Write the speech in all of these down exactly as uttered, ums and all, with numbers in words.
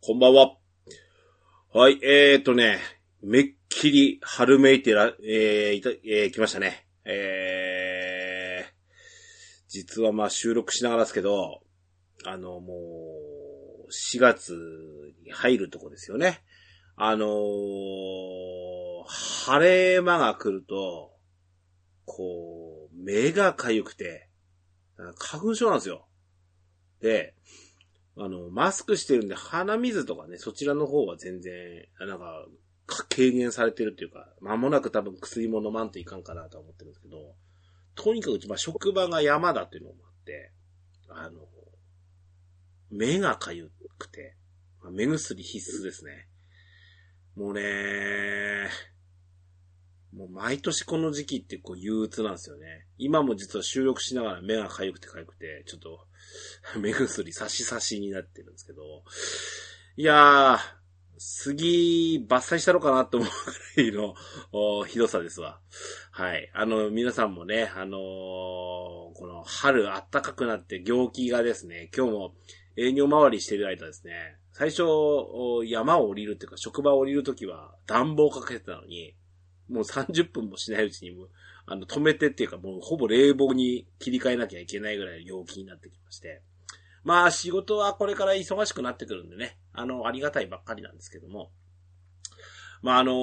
こんばんは。はい、えーとね、めっきり春めいてら、えー、いた、えー、来ましたね。えー、実はまあ収録しながらですけど、あの、もう、しがつに入るとこですよね。あのー、晴れ間が来ると、こう、目がかゆくて、花粉症なんですよ。で、あの、マスクしてるんで鼻水とかね、そちらの方は全然、なんか、軽減されてるっていうか、間もなく多分薬も飲まんといかんかなと思ってるんですけど、とにかく、まあ、職場が山だっていうのもあって、あの、目がかゆくて、まあ、目薬必須ですね。もうね、もう毎年この時期ってこう憂鬱なんですよね。今も実は収録しながら目がかゆくてかゆくて、ちょっと目薬差し差しになってるんですけど、いやー、杉伐採したのかなと思うくらいのひどさですわ。はい。あの、皆さんもね、あのー、この春暖かくなって陽気がですね、今日も営業回りしてる間ですね、最初山を降りるっていうか職場を降りるときは暖房かけてたのに、もうさんじゅっぷんもしないうちにもあの止めてっていうかもうほぼ冷房に切り替えなきゃいけないぐらい陽気になってきまして。まあ仕事はこれから忙しくなってくるんでね、あのありがたいばっかりなんですけども。まああのー、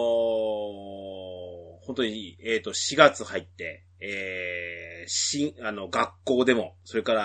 本当に、えっと、しがつ入って、えー、新、あの、学校でも、それから、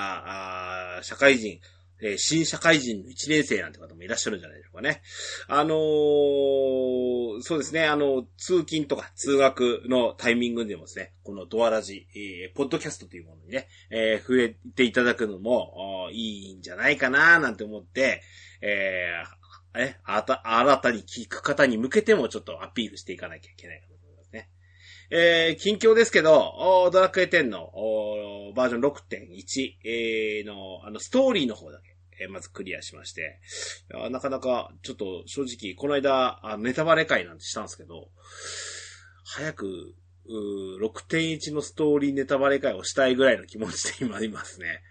あ社会人、えー、新社会人のいちねん生なんて方もいらっしゃるんじゃないでしょうかね。あのー、そうですね、あの、通勤とか通学のタイミングでもですね、このドアラジ、えー、ポッドキャストというものにね、えー、触れていただくのもいいんじゃないかななんて思って、えー、え、あた、新たに聞く方に向けてもちょっとアピールしていかなきゃいけないかと思いますね。えー、近況ですけど、ドラクエテンのバージョン ろくてんいち、えー、の、あの、ストーリーの方だけ、えー、まずクリアしまして、なかなか、ちょっと正直、この間、ネタバレ会なんてしたんですけど、早く、ろくてんいちのストーリーネタバレ会をしたいぐらいの気持ちで今いますね。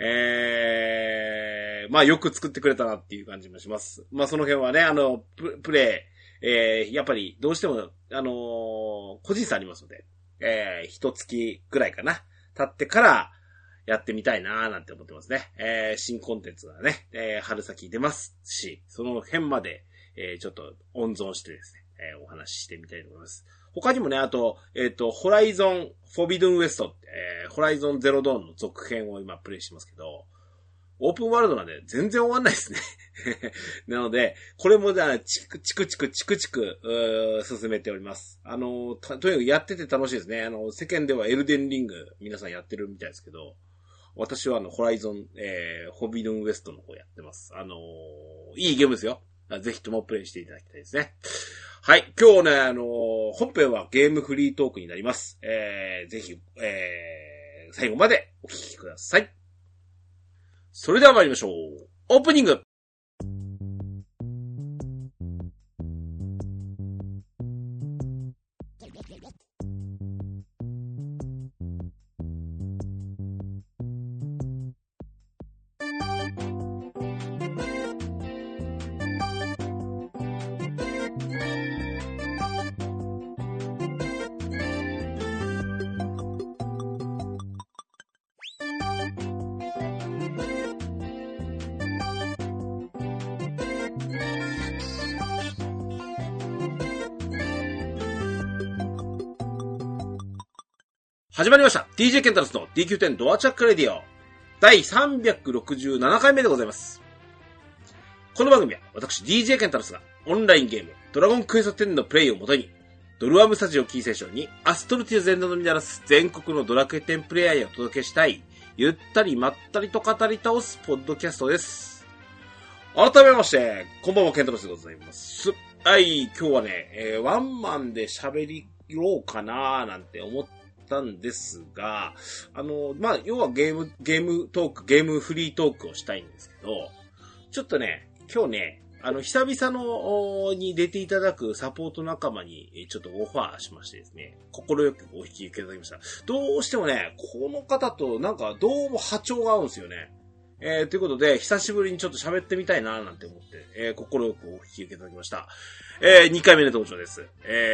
えー、まあよく作ってくれたなっていう感じもします。まあその辺はね、あの、プ, プレイ、えー、やっぱりどうしても、あのー、個人差ありますので、えー、一月ぐらいかな、経ってからやってみたいなーなんて思ってますね。えー、新コンテンツがね、えー、春先出ますし、その辺まで、えー、ちょっと温存してですね、えー、お話ししてみたいと思います。他にもね、あと、えっと、ホライゾン、フォビドゥンウエストって、えー、ホライゾンゼロドーンの続編を今プレイしてますけど、オープンワールドなんで全然終わんないですね。なので、これもじゃあ、チクチクチクチクチク、進めております。あの、と、とにかくやってて楽しいですね。あの、世間ではエルデンリング、皆さんやってるみたいですけど、私はあの、ホライゾン、えー、ホビドゥンウエストの方やってます。あのー、いいゲームですよ。ぜひともプレイしていただきたいですね。はい。今日ね、あのー、本編はゲームフリートークになります。えー、ぜひ、えー、最後までお聞きください。それでは参りましょう。オープニング。始まりました。ディージェー ケンタロスの ディーキューテン ドアチャックレディオだいさんびゃくろくじゅうななかいめでございます。この番組は私 ディージェー ケンタロスがオンラインゲームドラゴンクエストテンのプレイをもとにドルアームスタジオキーセーションにアストルティア全土のみならす全国のドラクエテンプレイヤーへお届けしたいゆったりまったりと語り倒すポッドキャストです。改めましてこんばんは、ケンタロスでございます。はい、今日はね、えー、ワンマンで喋りようかなーなんて思ってたんですが、あの、まあ、要はゲーム、ゲームトーク、ゲームフリートークをしたいんですけど、ちょっとね、今日ね、あの、久々の、に出ていただくサポート仲間に、ちょっとオファーしましてですね、心よくお引き受けいただきました。どうしてもね、この方となんかどうも波長が合うんですよね。 えー、ということで、久しぶりにちょっと喋ってみたいななんて思って、えー、心よくお聞き受けいただきました。えー、にかいめの登場です。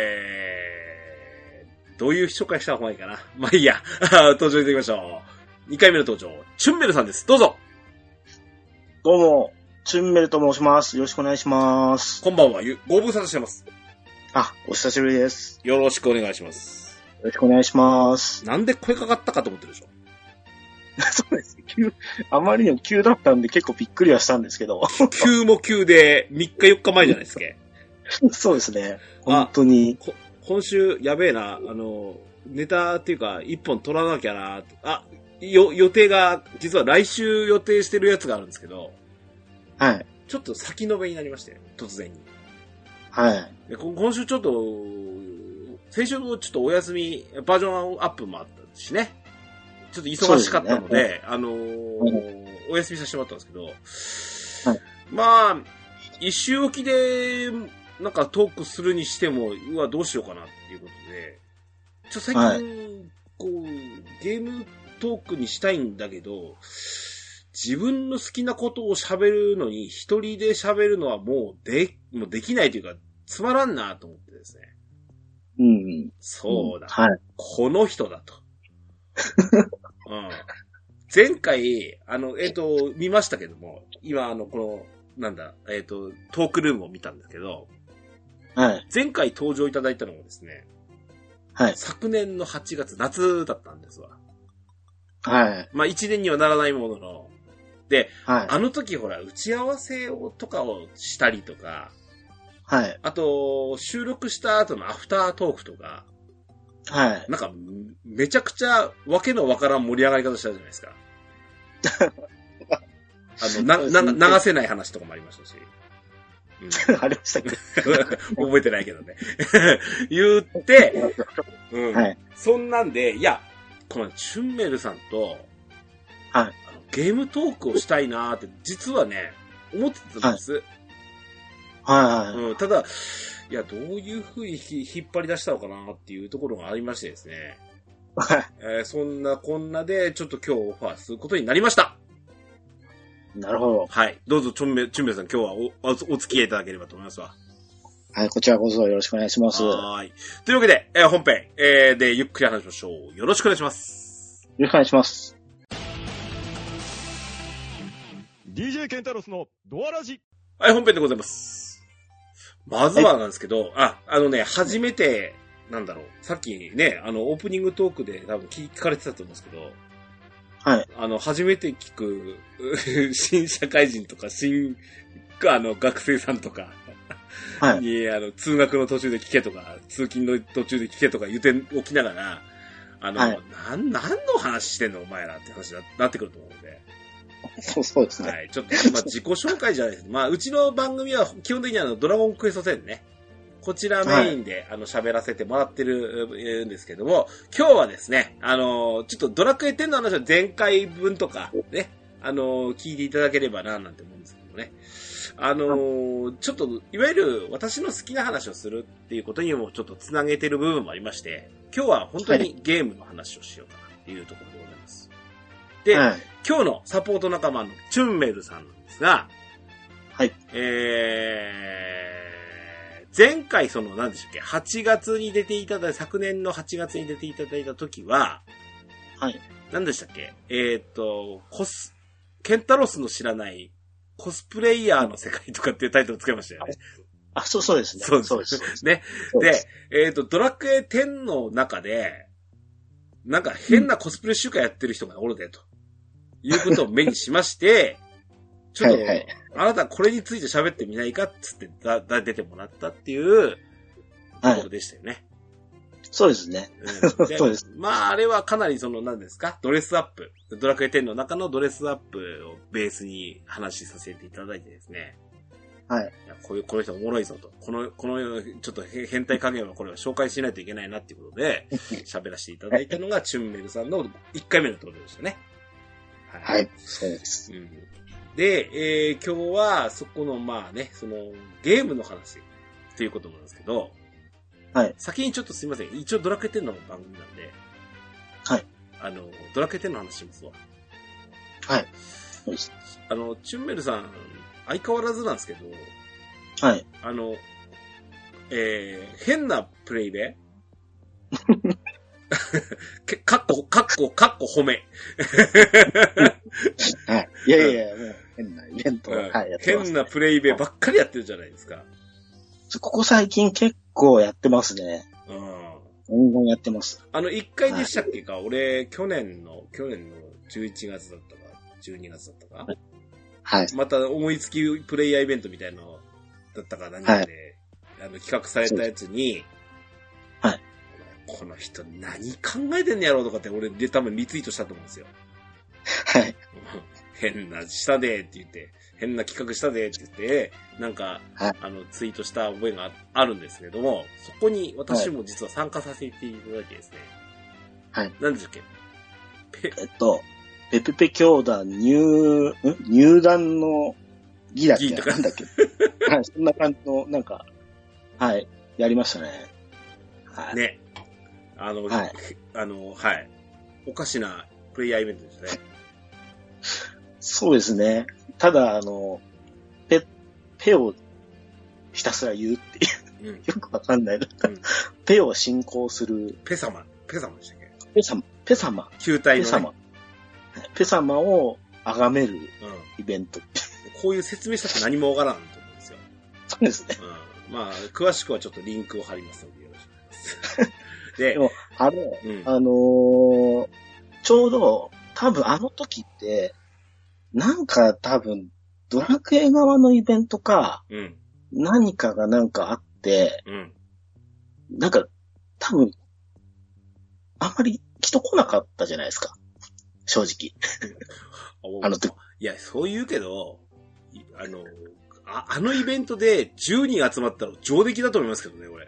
えー、どういう紹介した方がいいかな。まあいいや、登場いただきましょう。にかいめの登場、チュンメルさんです。どうぞ。 どうも、チュンメルと申します。よろしくお願いします。 こんばんは、ご無沙汰してます。 あ、お久しぶりです。 よろしくお願いします。 よろしくお願いします。 なんで声かかったかと思ってるでしょ。 そうです。急、あまりにも急だったんで結構びっくりはしたんですけど。 急も急でみっかよっかまえじゃないですか。 そうですね。本当に。 今週やべえな、あの、ネタっていうか一本取らなきゃな。あ、よ、予定が、実は来週予定してるやつがあるんですけど。 はい。 ちょっと先延べになりまして、突然に。 はい。 で今週ちょっと、先週もちょっとお休み、バージョンアップもあったしね。ちょっと忙しかったので、でね、あのーうん、お休みさせてもらったんですけど、はい、まあ、一周おきで、なんかトークするにしても、うわ、どうしようかなっていうことで、ちょっと最近、はい、こう、ゲームトークにしたいんだけど、自分の好きなことを喋るのに、一人で喋るのはもうで、もうできないというか、つまらんなと思ってですね。 うん。 そうだ。 うん、はい。 この人だと。うん、前回、あの、えっと、見ましたけども、今、あの、この、なんだ、えっと、トークルームを見たんですけど、 はい。 前回登場いただいたのがですね、 はい。 昨年のはちがつ、夏だったんですわ。 はい。 まあ、いちねんにはならないものの、で、 はい、 あの時ほら、打ち合わせをとかをしたりとか、 はい。 あと、収録した後のアフタートークとか、 はい。 なんか、めちゃくちゃわけのわからん盛り上がり方したじゃないですか。あの、な、な、流せない話とかもありましたし。 うん、ありましたっけ覚えてないけどね。言って、うん、 はい。そんなんで、いや、このチュンメルさんと、はい。 あの、 ゲームトークをしたいなーって、実はね、思ってたんです。はい。 はい、はい。 うん、ただ、いや、どういう風に引っ張り出したのかなっていうところがありましてですね。 はい。 えー、そんなこんなで、ちょっと今日オファーすることになりました。 なるほど。 はい。どうぞ、チュンメ、チュンメさん、今日はお、お、お付き合いいただければと思いますわ。 はい、こちらこそよろしくお願いします。 はい。というわけで、えー、本編、えー、で、ゆっくり話しましょう。よろしくお願いします。 よろしくお願いします。 ディージェー ケンタロスのドアラジ。 はい、本編でございます。まずはなんですけど、はい、あ、あのね、初めて、なんだろう、さっきね、あの、オープニングトークで多分聞かれてたと思うんですけど、 はい。 あの、初めて聞く、新社会人とか、新、あの、学生さんとか、はい。に、あの、通学の途中で聞けとか、通勤の途中で聞けとか言っておきながら、あの、はい、なん、何の話してんのお前らって話になってくると思うので。 そうそうですね。 はい。ちょっと、まあ、自己紹介じゃないです。まあ、うちの番組は基本的にあの、ドラゴンクエストテンね。こちらメインで、はい、あの、喋らせてもらってるんですけども、今日はですね、あの、ちょっとドラクエテンの話は前回分とか、ね、あの、聞いていただければな、なんて思うんですけどもね。あの、ちょっと、いわゆる私の好きな話をするっていうことにもちょっとつなげてる部分もありまして、今日は本当にゲームの話をしようかなっていうところでございます。で、はい、今日のサポート仲間のチュンメルさんなんですが、 はい。 えー、前回その、何でしたっけ、はちがつに出ていただいた、昨年のはちがつに出ていただいた時は、 はい。 何でしたっけ、えーっと、コス、ケンタロスの知らないコスプレイヤーの世界とかっていうタイトルをつけましたよね。 あ、そう、そうですね。 そうです。そうですね。で、えーっと、ドラクエテンの中で、なんか変なコスプレ集会やってる人がおるで、ということを目にしまして、ちょっと、はいはい、あなたこれについて喋ってみないかっつってだだ出てもらったっていうところでしたよね。はい、 そうですね。うん、そうです。 まあ、あれはかなりその、何ですか、ドレスアップ。ドラクエテンの中のドレスアップをベースに話させていただいてですね。 はい。いやこういう、この人おもろいぞと。この、この、ちょっと変態加減はこれは紹介しないといけないなっていうことで、喋らせていただいたのが、チュンメルさんのいっかいめの登場でしたね。 はい。はい、そうです。 うん、で、えー、今日は、そこの、まあね、その、ゲームの話っていうことなんですけど、 はい。 先にちょっとすいません。一応ドラクエテンの番組なんで、 はい。 あの、ドラクエテンの話しますわ。 はい。 そうです。 あの、チュンメルさん、相変わらずなんですけど、 はい。 あの、えー、変なプレイで、かっこ、かっこ、かっこ褒め。 はい。いやいやいや、もう変なイベント、うん、はい、やってます、ね。 変なプレイベばっかりやってるじゃないですか。 ここ最近結構やってますね。 うん。 音楽やってます。 あの、一回でしたっけか、はい、俺、去年の、去年のじゅういちがつだったか、じゅうにがつだったか。 はい。 また思いつきプレイヤーイベントみたいなのだったか何かで、はい、あの、企画されたやつに、 はい。 この人何考えてんのやろうとかって俺で多分リツイートしたと思うんですよ。 はい。 変なしたでって言って、変な企画したでって言って、なんか、 はい、 あの、ツイートした覚えがあるんですけれども、そこに私も実は参加させていただきですね。 はい。 何でしたっけ？ えっと、ペペペ教団入、ん入団の儀だっけ儀とかなんだっけはい、そんな感じの、なんか、はい、やりましたね。はい。 ね。あの、はい、あの、はい。おかしなプレイヤーイベントですね。 そうですね。ただ、あの、ペ、ペをひたすら言うっていう、うん、よくわかんない、うん。ペを信仰する。 ペ様。ペ様でしたっけ？ ペ様。ペ様。 球体の、ね、 ペ様。ペ様を崇めるイベント、うん。 こういう説明したって何もわからんと思うんですよ。 そうですね。 うん、まあ、詳しくはちょっとリンクを貼りますのでよろしくお願いします。で、 でも、あれ、うん、あのー、ちょうど、多分あの時って、なんか多分、ドラクエ側のイベントか、うん、何かがなんかあって、うん、なんか、多分、あんまり人来なかったじゃないですか。正直。 あの時。いや、そう言うけど、あの、あ, あのイベントでじゅうにん集まったら上出来だと思いますけどね、俺。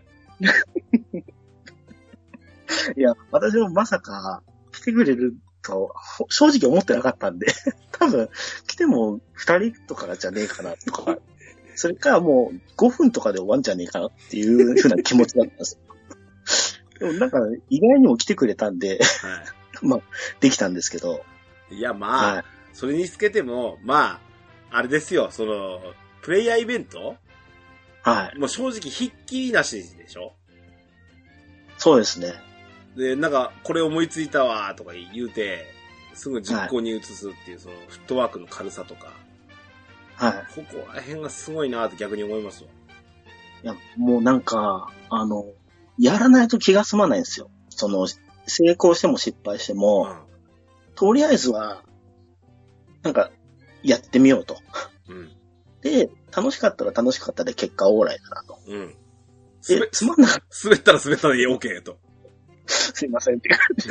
いや、私もまさか来てくれると正直思ってなかったんで、多分来てもふたりとかじゃねえかなとか、それかもうごふんとかで終わんじゃねえかなっていうふうな気持ちだったんですよ。でもなんか意外にも来てくれたんで、はい、まあできたんですけど。 いやまあ、はい、それにつけても、まあ、あれですよ、その、プレイヤーイベントはい。 もう正直ひっきりなしでしょ？ そうですね。 で、なんか、これ思いついたわとか言うて、すぐ実行に移すっていう、その、フットワークの軽さとか。 はい。 ここら辺がすごいなって逆に思いますわ。 いや、もうなんか、あの、やらないと気が済まないんですよ。その、成功しても失敗しても、うん、とりあえずは、なんか、やってみようと。うん、で、楽しかったら楽しかったで結果オーライだなと。うん。で、つまんなかった。 滑ったら滑ったで OK と。 すいませんって感じ。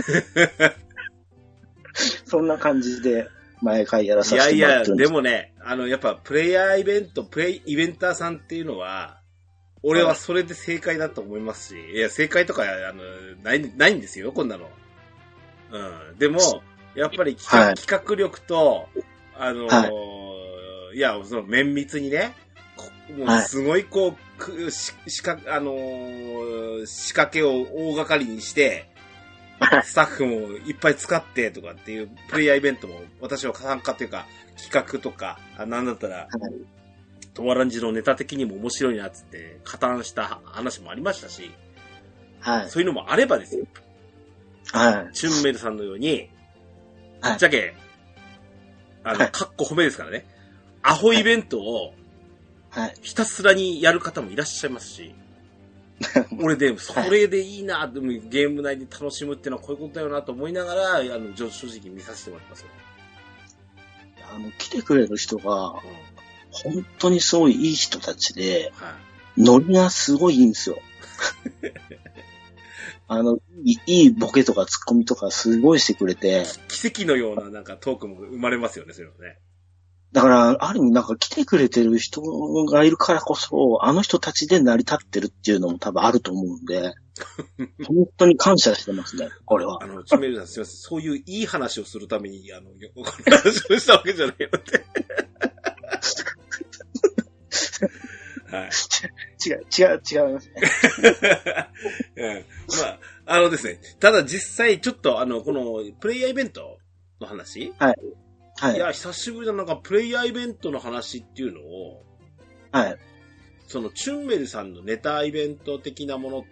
そんな感じで毎回やらさせてもらってるんです。 いやいや、でもね、あの、やっぱプレイヤーイベント、プレイ、イベンターさんっていうのは、俺はそれで正解だと思いますし、はい、いや、正解とか、あの、ない、ないんですよ、こんなの。うん。でも、やっぱり企画、はい、企画力と、あのー、はい、いや、その綿密にね、もうすごいこう、し、しか、あのー、仕掛けを大掛かりにして、スタッフもいっぱい使ってとかっていうプレイヤーイベントも私は参加というか企画とか、なんだったら、トワランジのネタ的にも面白いなっつって加担した話もありましたし、 はい、 そういうのもあればですよ。 はい。 チュンメルさんのように、はい、じゃけ、あの、はい、かっこ褒めですからね。アホイベントを、 はい。 ひたすらにやる方もいらっしゃいますし、俺で、それでいいな、でもゲーム内で楽しむっていうのはこういうことだよなと思いながら、あの、正直見させてもらってますよ。 あの、来てくれる人が、うん、本当にすごいいい人たちで、はい、ノリがすごいいいんですよ。あのい、いいボケとかツッコミとかすごいしてくれて。 奇跡のようななんかトークも生まれますよね、そういうのね。 だから、ある意味なんか来てくれてる人がいるからこそ、あの人たちで成り立ってるっていうのも多分あると思うんで、本当に感謝してますね、これは。 あの、チメルさんすいません。そういういい話をするために、あの、この話をしたわけじゃないので。はい。 違う、違う、違いますね。 うん。まあ、あのですね、ただ実際ちょっとあの、このプレイヤーイベントの話はい。 はい。いや、久しぶりのなんかプレイヤーイベントの話っていうのを、 はい。 その、チュンメルさんのネタイベント的なものって、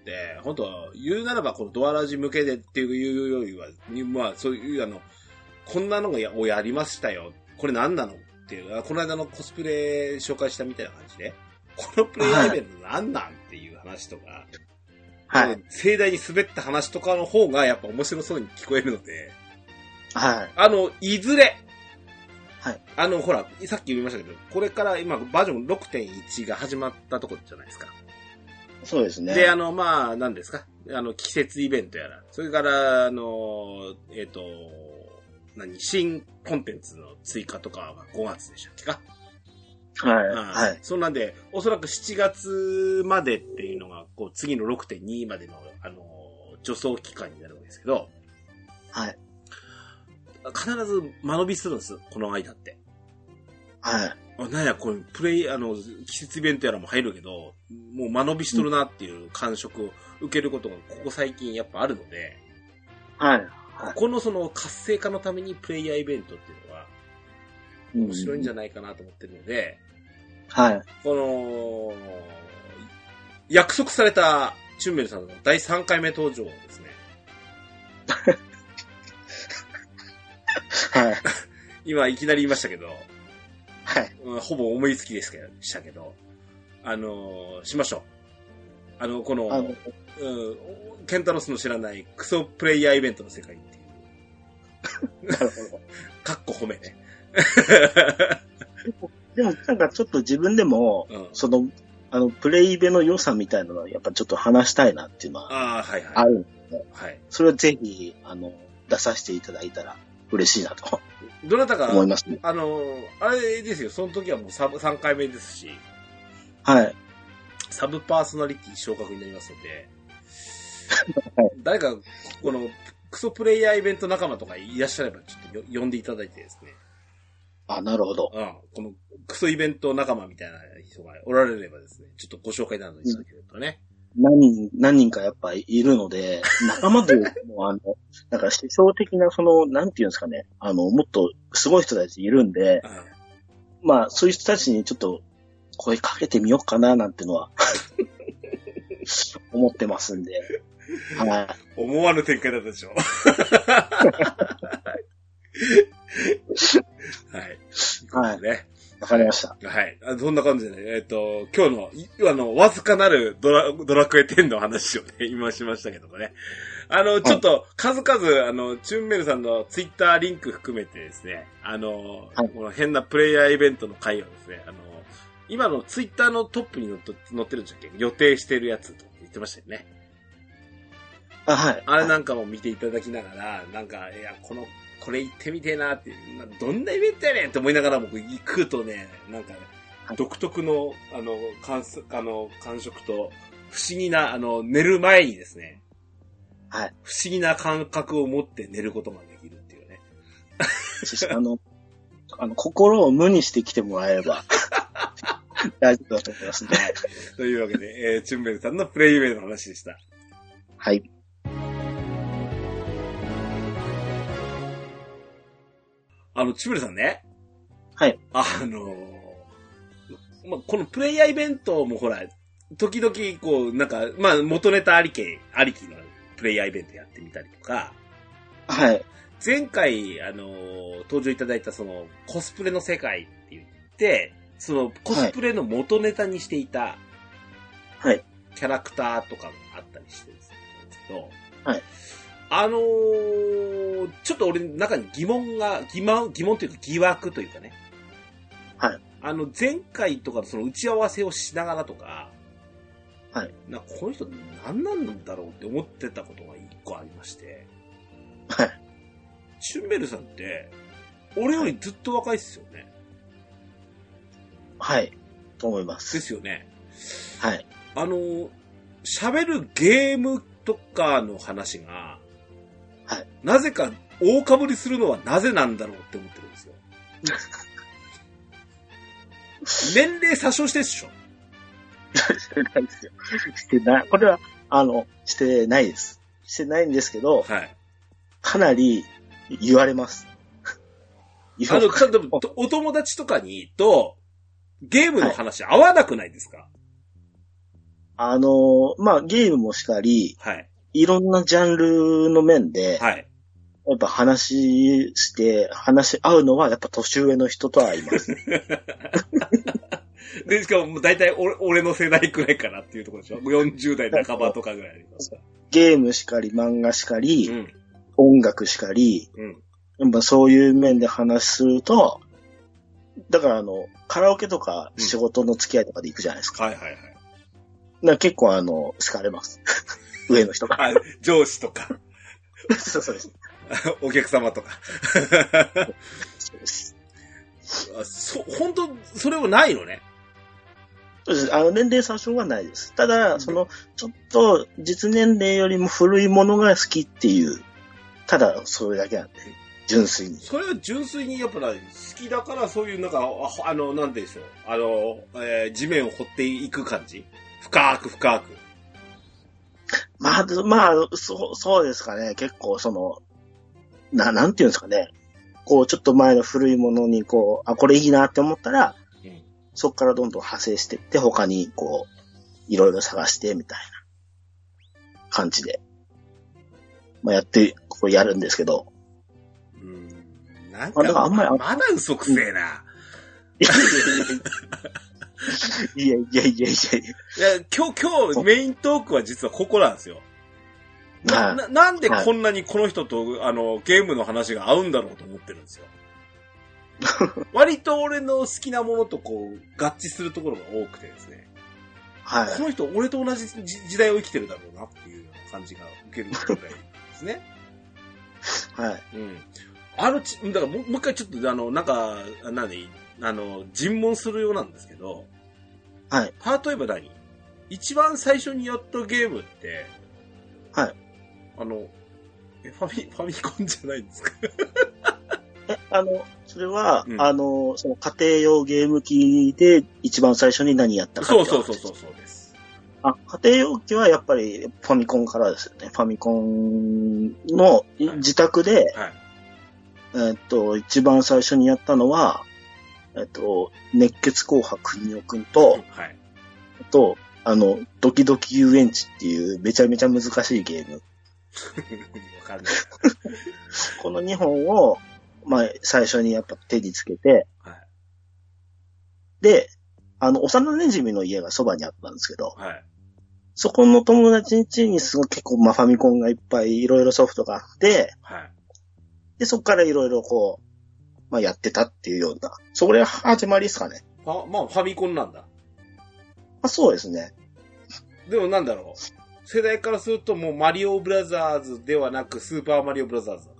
本当は言うならばこのドアラジ向けでっていうよりは、まあ、そういうあの、こんなのを や, をやりましたよ。これ何なのっていう、この間のコスプレ紹介したみたいな感じで、このプレイヤーイベント何なんっていう話とか、はい。盛大に滑った話とかの方がやっぱ面白そうに聞こえるので、 はい。 あの、いずれ、 はい。 あの、ほら、さっき言いましたけど、これから今バージョン ろくてんいち が始まったところじゃないですか。 そうですね。 で、あの、まあ、何ですか。あの、季節イベントやら、それから、あの、えっと、何、新コンテンツの追加とかはごがつでしたっけか。 はい。はい。 そんなんで、おそらくしちがつまでっていうのが、こう、次の ろくてんに までの、あの、助走期間になるわけですけど、 はい。 必ず間延びするんです、この間って。 はい。 あ、なんや、これ、プレイ、あの、季節イベントやらも入るけど、もう間延びしとるなっていう感触を受けることが、ここ最近やっぱあるので、 はい。 ここのその活性化のためにプレイヤーイベントっていうのは、面白いんじゃないかなと思ってるので、 はい。 この、約束されたチュンメルさんのだいさんかいめ登場ですね。 はい。 今いきなり言いましたけど、 はい。 うん、ほぼ思いつきですけど、したけど、あのー、しましょう。あの、この、のうん、ケンタロスの知らないクソプレイヤーイベントの世界っていう。なるほど。かっこ褒めね。 でも、なんかちょっと自分でも、うん、その、あの、プレイベの良さみたいなのは、やっぱちょっと話したいなっていうのは、 ああ、はいはい。 あるんで、 はい。 それをぜひ、あの、出させていただいたら嬉しいなと。 どなたか、 思いますね。 あの、あれですよ、その時はもうサブさんかいめですし、 はい。 サブパーソナリティ昇格になりますので、はい、誰か、この、クソプレイヤーイベント仲間とかいらっしゃれば、ちょっと呼んでいただいてですね。 あ、なるほど。 うん。この、クソイベント仲間みたいな人がおられればですね、ちょっとご紹介などいただけるとね。 何人、何人かやっぱいるので、仲間というのは、あの、なんか思想的な、その、なんていうんですかね、あの、もっとすごい人たちいるんで、うん、まあ、そういう人たちにちょっと声かけてみようかな、なんてのは、思ってますんで。はい。 思わぬ展開だったでしょ。はい。 はい。 ね。 わかりました。 はい。あそんな感じでね、えっ、ー、と、今日の、あの、わずかなるドラ、ドラクエテンの話をね、今しましたけどもね。あの、ちょっと、数々、あの、チュンメルさんのツイッターリンク含めてですね、あの、はい、この変なプレイヤーイベントの回をですね、あの、今のツイッターのトップに載って載ってるんじゃっけ予定してるやつと言ってましたよね。 あ、はい。 あれなんかも見ていただきながら、なんか、いや、この、これ行ってみてえなって、どんなイベントやねんって思いながら僕行くとね、なんか、ね、独特の、あの、感、あの、感触と、不思議な、あの、寝る前にですね、 はい。 不思議な感覚を持って寝ることができるっていうね。 あの、あの、心を無にしてきてもらえれば、大丈夫だと思いますね。 というわけで、えー、チュンベルさんのプレイイベントの話でした。 はい。 あの、チュンベルさんね。 はい。 あのー、ま、このプレイヤーイベントもほら、時々こう、なんか、まあ、元ネタありき、ありきのプレイヤーイベントやってみたりとか。 はい。 前回、あのー、登場いただいたその、コスプレの世界って言って、その、コスプレの元ネタにしていた、 はい。 キャラクターとかもあったりしてですけど、 はい。 あのー、ちょっと俺の中に疑問が、疑問、疑問というか疑惑というかね。 はい。 あの、前回とかその打ち合わせをしながらとか、 はい。 な、この人何なんだろうって思ってたことが一個ありまして。 はい。 チュンベルさんって、俺よりずっと若いっすよね。 はい。と思います。 ですよね。 はい。 あの、喋るゲームとかの話が、 はい。 なぜか大かぶりするのはなぜなんだろうって思ってるんですよ。年齢詐称してるでしょ？ してないですよ。してない。これは、あの、してないです。してないんですけど、 はい。 かなり言われます。 あの、ちょっと、お友達とかに、と、ゲームの話合わなくないですか？はい、 あの、まあ、ゲームもしかり、はい。いろんなジャンルの面で、はい。やっぱ話して、話し合うのはやっぱ年上の人とは合います。 で、しかも大体俺俺の世代くらいかなっていうところでしょ ?よんじゅう 代半ばとかぐらいあります。 ゲームしかり、漫画しかり、うん、音楽しかり、うん、やっぱそういう面で話すると、だからあの、カラオケとか仕事の付き合いとかで行くじゃないですか。うん、はいはいはい。だから結構あの、好かれます。上の人が。 上司とか。 そうそうです。 お客様とか。そうです。そ、本当それはないのね。 そうです。あの、年齢詐称はないです。ただ、うん、その、ちょっと、実年齢よりも古いものが好きっていう、ただ、それだけなんで、純粋に。 それは純粋に、やっぱ好きだから、そういう、なんか、あ、あの、なんでしょう。あの、えー、地面を掘っていく感じ？深く深く。 まあ、まあ、そう、そうですかね。結構、その、な、なんていうんですかね。こう、ちょっと前の古いものに、こう、あ、これいいなって思ったら、うん、そこからどんどん派生していって、他に、こう、いろいろ探して、みたいな感じで、まあ、やって、こうやるんですけど。 うん。なんか、あ、あんまり、まだ嘘くせえな。 いやいやいやいやいやいや。いや、今日、今日、メイントークは実はここなんですよ。な、な、なんでこんなにこの人と、はい、あの、ゲームの話が合うんだろうと思ってるんですよ。割と俺の好きなものとこう、合致するところが多くてですね。はい。この人、俺と同じ時代を生きてるだろうなっていうような感じが受けるぐらいですね。はい。うん。あのち、だからもう一回ちょっと、あの、なんか、なんで、あの、尋問するようなんですけど。はい。例えば何？一番最初にやったゲームって、はい。あの、え、ファミ、ファミコンじゃないんですか？ え、あの、それは、うん、あの、その家庭用ゲーム機で一番最初に何やったかって。 そうそうそうそうそうです。 あ、家庭用機はやっぱりファミコンからですよね。ファミコンの自宅で、はいはい、えー、っと、一番最初にやったのは、えー、っと、熱血紅白国尾くんと、はい、あと、あの、ドキドキ遊園地っていうめちゃめちゃ難しいゲーム。わかんない。このにほんを、まあ、最初にやっぱ手につけて、はい、で、あの、幼馴染の家がそばにあったんですけど、はい、そこの友達ん家にすごい結構、まあ、ファミコンがいっぱいいろいろソフトがあって、はい、で、そこからいろいろこう、まあ、やってたっていうような、それ始まりですかね。 あ、まあ、ファミコンなんだ。 あ、そうですね。 でもなんだろう。世代からするともうマリオブラザーズではなくスーパーマリオブラザーズだった。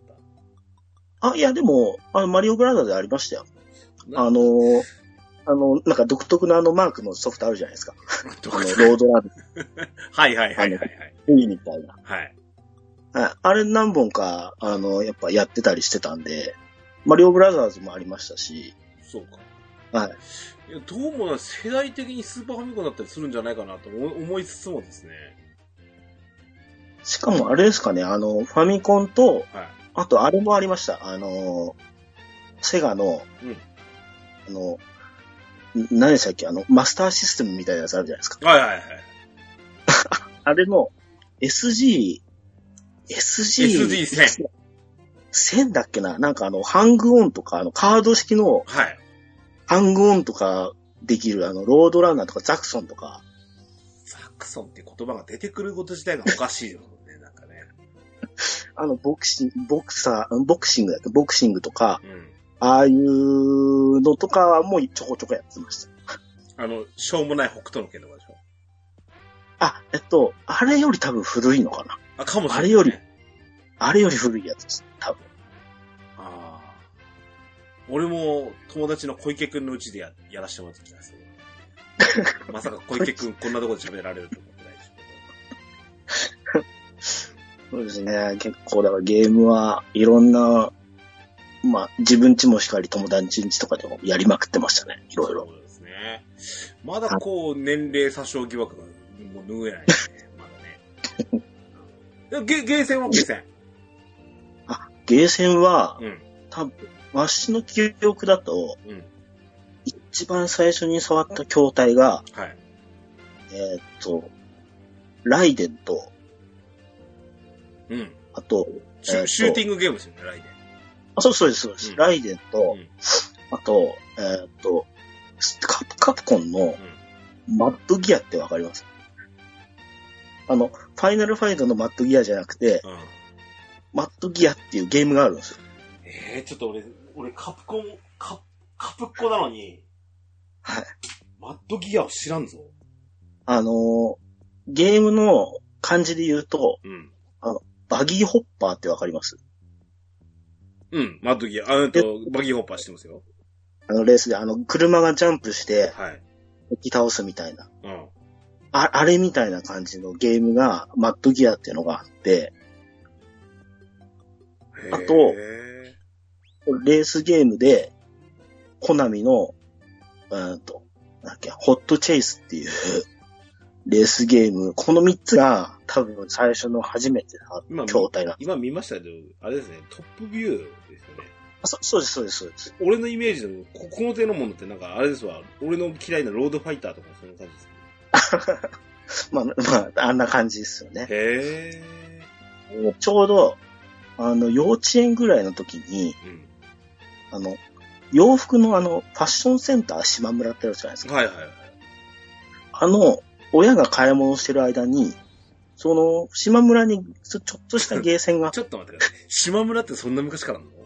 あ、いやでも、あの、マリオブラザーズありましたよ。あの、あの、なんか独特なあのマークのソフトあるじゃないですか。あの、ロードラン。 はいはいはいはい、はい。 海みたいな。はい。はい。あれ何本か、あの、やっぱやってたりしてたんで、マリオブラザーズもありましたし。 そうか。はい。いや、どうも世代的にスーパーファミコンだったりするんじゃないかなと思いつつもですね。 しかもあれですかね、あの、ファミコンと、はい、あとあれもありました。あの、セガの、うん、あの、何でしたっけ、あの、マスターシステムみたいなやつあるじゃないですか。はいはいはい。あれの エスジー、エスジー、エスジーせん。せんだっけな、なんかあの、ハングオンとか、あの、カード式の、はい。ハングオンとかできる、あの、ロードランナーとかザクソンとか。 ザクソンって言葉が出てくること自体がおかしいよね、なんかね。 あの、ボクシング、ボクサー、ボクシングだっけ、ボクシングとか、うん、ああいうのとかはもうちょこちょこやってました。 あの、しょうもない北斗の拳とかでしょ？ あ、えっと、あれより多分古いのかな。 あ、かもしれない、ね。 あれより、あれより古いやつです、多分。 俺も友達の小池くんのうちで や, やらしてもらってきたんですよ。まさか小池くんこんなとこで喋られると思ってないでしょうけど。 そうですね。結構だからゲームはいろんな、まあ自分家もしかり友達ん家とかでもやりまくってましたね。いろいろ。 そうですね。まだこう年齢詐称疑惑がもう拭えないですね。まだね。ゲ、ゲーセンはゲーセン。 あ、ゲーセンは、うん、多分、 わしの記憶だと、うん、一番最初に触った筐体が、はい、えー、っと、ライデンと、 うん。 あと、 シュ、シューティングゲームですよね、ライデン。 あ、そうそうです、そうです。うん、ライデンと、うん、あと、えー、っと、カプ、カプコンの、マッドギアってわかります？あの、ファイナルファイトのマッドギアじゃなくて、うん、マッドギアっていうゲームがあるんですよ。 ええー、ちょっと俺、俺カプコン、カ、カプコなのに、 はい。 マッドギアを知らんぞ。 あのー、ゲームの漢字で言うと、うん、あの、バギーホッパーってわかります？ うん、マッドギア。あのと、バギーホッパーしてますよ。 あの、レースで、あの、車がジャンプして、はい。敵倒すみたいな。うん。あ、あれみたいな感じのゲームが、マッドギアっていうのがあって、あと、レースゲームで、コナミの、うんと、なんだっけ、ホットチェイスっていうレースゲーム、このみっつが多分最初の初めての筐体なんです。 今見ましたけど、あれですね、トップビューですよね。 あ、そ、そうです、そうです、そうです。 俺のイメージでも、ここの手のものってなんか、あれですわ、俺の嫌いなロードファイターとかそんな感じですね。まあ、まあ、あんな感じですよね。 へー。ちょうど、あの、幼稚園ぐらいの時に、うん、あの、洋服のあの、ファッションセンター島村ってあるじゃないですか。 はいはいはい。 あの、親が買い物してる間に、その、島村にちょっとしたゲーセンが。 ちょっと待ってください。島村ってそんな昔からあるの？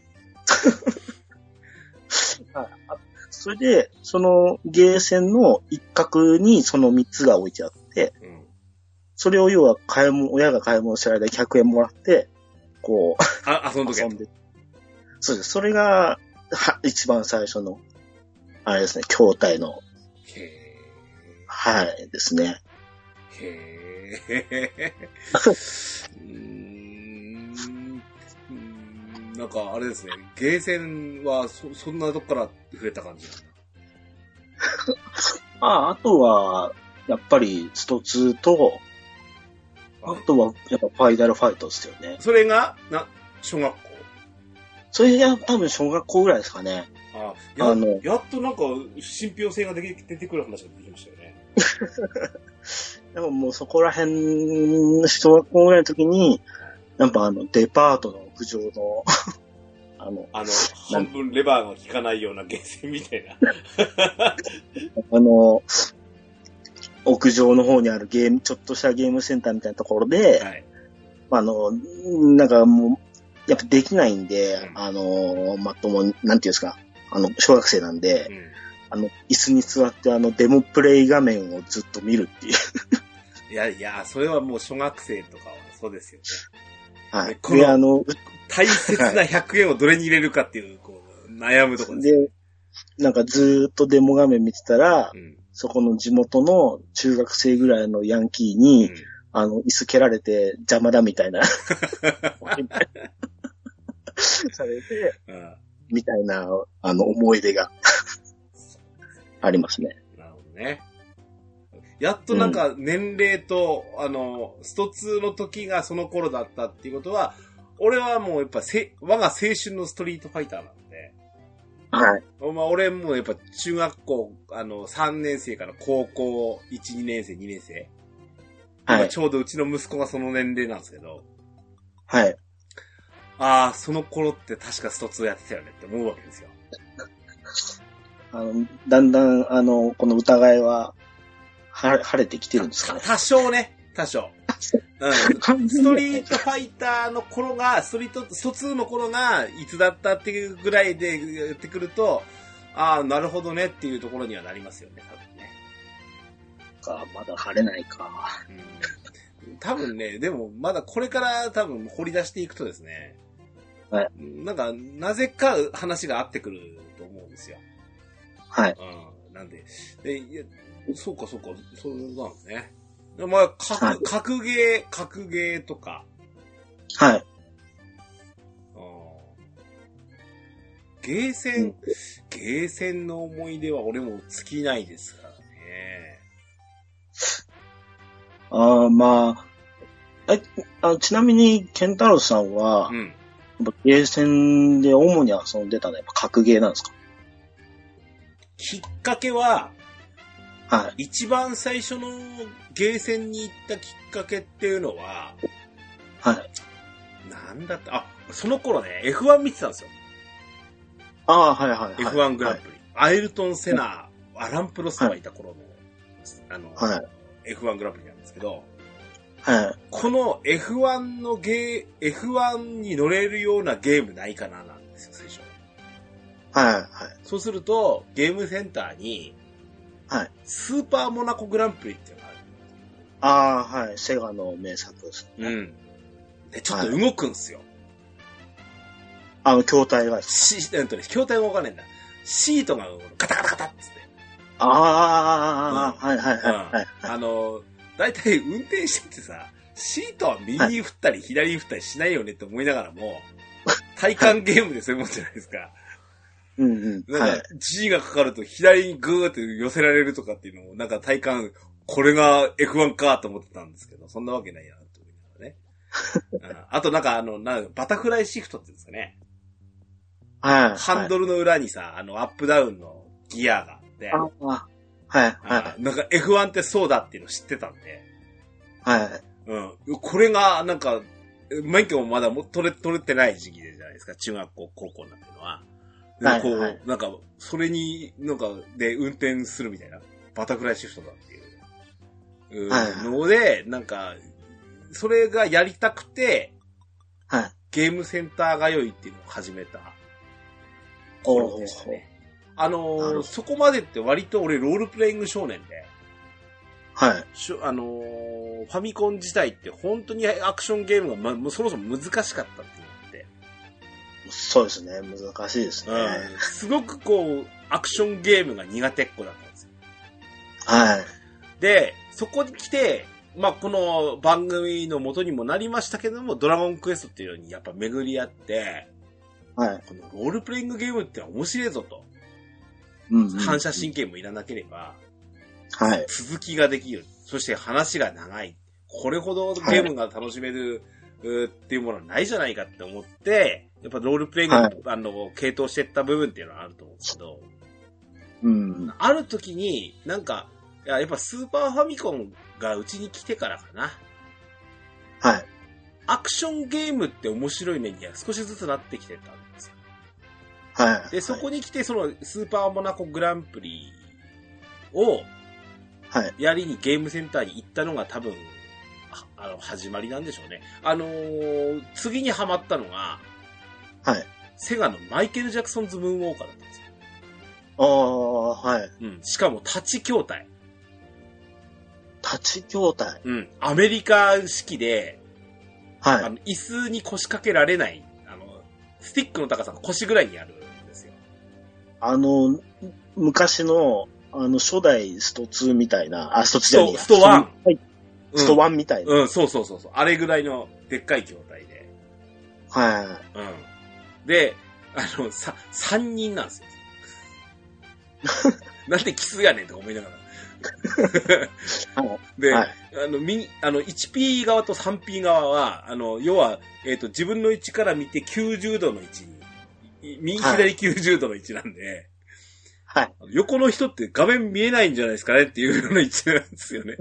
はい。それで、そのゲーセンの一角にその三つが置いてあって、うん、それを要は買い物、親が買い物してる間にひゃくえんもらって、こう、 あ、遊んどけ。遊んで。 そうです。それが、は、一番最初の、あれですね、筐体の。 へー。 はい、ですね。 へー。うーん。なんか、あれですね、ゲーセンはそ、そんなとこから増えた感じなんだ。 あ、あとは、やっぱり、ストツーと、あとは、やっぱファイナルファイトですよね。 それが、な、小学校？ それが多分小学校ぐらいですかね。 ああ、や、あのやっとなんか、信憑性が出てくる話が出てきましたよね。 でももうそこら辺、小学校ぐらいの時に、やっぱあの、デパートの屋上の、あの、 あの、半分レバーが効かないようなゲーセンみたいな。 あの、屋上の方にあるゲーム、ちょっとしたゲームセンターみたいなところで、はい、あの、なんかもう、やっぱできないんで、うん、あの、まともに、なんていうんですか、あの、小学生なんで、うん、あの、椅子に座ってあの、デモプレイ画面をずっと見るっていう。 いやいや、それはもう小学生とかはそうですよね。 はい。 この、あの、大切なひゃくえんをどれに入れるかっていう、こう、悩むところです、ね。で、 なんかずーっとデモ画面見てたら、うん、そこの地元の中学生ぐらいのヤンキーに、うん、あの、椅子蹴られて邪魔だみたいな。されて、うん、みたいな、あの、思い出がありますね。 なるほどね。やっとなんか年齢と、うん、あの、ストツーの時がその頃だったっていうことは、俺はもうやっぱせ、我が青春のストリートファイターなんで。 はい。 まあ俺もやっぱ中学校、あの、さんねん生から高校いち、にねん生、にねん生。はい。ちょうどうちの息子がその年齢なんですけど。 はい。 ああ、その頃って確かストツーやってたよねって思うわけですよ。 あの、だんだん、あの、この疑いは、は、晴れてきてるんですかね。 多少ね、多少。うん、ストリートファイターの頃が、ストリート、ストツーの頃がいつだったっていうぐらいで言ってくると、ああ、なるほどねっていうところにはなりますよね、多分ね。 か、まだ晴れないか。 うん、多分ね、でもまだこれから多分掘り出していくとですね、 はい。 なんか、なぜか話が合ってくると思うんですよ。 はい。 うん、なんで、でいやそうかそうか、そうなんですね。まあ、格、はい、格ゲー、格ゲーとか。 はい。 ゲーセン、うん、ゲーセンの思い出は俺も尽きないですからね。 ああ、まあ、え、あちなみに、ケンタロウさんは、うん、 ゲーセンで主に遊んでたのはやっぱ格ゲーなんですか？ きっかけは、 はい。 一番最初のゲーセンに行ったきっかけっていうのは、 はい。 なんだった、あ、その頃ね、エフワン 見てたんですよ。 ああ、はいはい、はい。 エフワン グランプリ。はい、アイルトン・セナ、はい、アラン・プロストがいた頃の、はい、あの、はい、エフワン グランプリなんですけど、 はい。 この エフワン のゲー、エフワン に乗れるようなゲームないかななんですよ、最初。 はい、はい。 そうすると、ゲームセンターに、 はい。 スーパーモナコグランプリっていうのがある。 ああ、はい。セガの名作ですね。 うん。で、ちょっと動くんすよ。はい、 あの、筐体がし、えっとね、筐体が動かねえんだ。シートがガタガタガタっつって。 ああ、うん、はいはいはい、はい、 うん。あの、だいたい運転しててさ、シートは右に振ったり左に振ったりしないよねって思いながらも、体感ゲームでそういうもんじゃないですか。 うんうん。 なんか、G がかかると左にグーって寄せられるとかっていうのを、なんか体感、これが エフワン かと思ってたんですけど、そんなわけないなって思いながらね。あとなんかあの、なんかバタフライシフトって言うんですかね。 はい。 ハンドルの裏にさ、あの、アップダウンのギアがあって。 ああはいはい。 なんか エフワン ってそうだっていうの知ってたんで。 はい。 うん。これが、なんか、免許もまだも取れ、取れてない時期でじゃないですか。中学校、高校なんていうのは。で、こう、はいはい、なんか、それに、なんか、で、運転するみたいな。バタフライシフトだっていう。はいはい、ので、なんか、それがやりたくて、 はい。 ゲームセンター通いっていうのを始めた頃でしたね。あのー、そこまでって割と俺ロールプレイング少年で。 はい。 しょあのー、ファミコン自体って本当にアクションゲームが、ま、もうそもそも難しかったっていうのって。 そうですね。難しいですね。 うん。すごくこう、アクションゲームが苦手っ子だったんですよ。 はい。 で、そこに来て、まあ、この番組の元にもなりましたけども、ドラゴンクエストっていうのにやっぱ巡り合って、 はい。 このロールプレイングゲームって面白いぞと。 うん、うん。 反射神経もいらなければ、 はい。 続きができる。そして話が長い。これほどゲームが楽しめる、はい、っていうものはないじゃないかって思って、やっぱロールプレイングの、はい、あの、系統していった部分っていうのはあると思うんですけど、 うん。 ある時に、なんか、いや、やっぱスーパーファミコンがうちに来てからかな。 はい。 アクションゲームって面白い面には少しずつなってきてたんですよ。 はい。 で、そこに来て、そのスーパーモナコグランプリを、 はい。 やりにゲームセンターに行ったのが多分、あの、始まりなんでしょうね。あのー、次にハマったのが、 はい。 セガのマイケル・ジャクソンズ・ムーンウォーカーだったんですよ。 ああ、はい。 うん。しかも立ち筐体。 立ち筐体。 うん。アメリカ式で、 はい。 あの、椅子に腰掛けられない、あの、スティックの高さが腰ぐらいにあるんですよ。 あの、昔の、あの、初代ストツーみたいな、あ、ストツーじゃないや。 ストワン。 はい。ストワンみたいな、 うん。うん、そうそうそうそう。あれぐらいのでっかい筐体で。 はい。 うん。で、あの、さ、三人なんですよ。なんでキスやねんとか思いながら。で、はい、あの、み、あの、ワンピー 側とスリーピー 側は、あの、要は、えっと、自分の位置から見てきゅうじゅうどの位置に、右左きゅうじゅうどの位置なんで、 はい。 横の人って画面見えないんじゃないですかねっていうような位置なんですよね。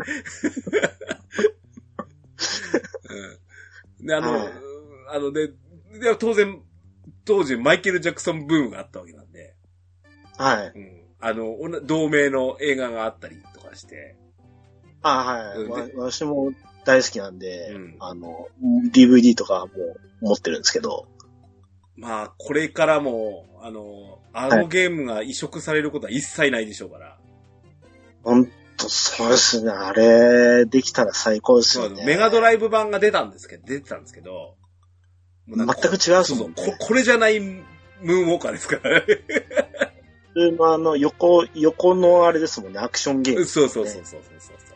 うん、で、あの、はい、あの、で、で、当然、当時マイケル・ジャクソンブームがあったわけなんで、 はい。 うん、あの、同名の映画があったりとかして。 あはい、うん。私も大好きなんで、うん、あの、ディーブイディー とかも持ってるんですけど。 まあ、これからも、あの、あのゲームが移植されることは一切ないでしょうから。 ほんと、そうですね。あれ、できたら最高ですよね。 メガドライブ版が出たんですけど、出てたんですけど。 全く違うっすもんね。そうそうこ。これじゃないムーンウォーカーですからね。 普通のあの、横、横のあれですもんね。アクションゲーム、ね。 そうそうそうそうそうそう。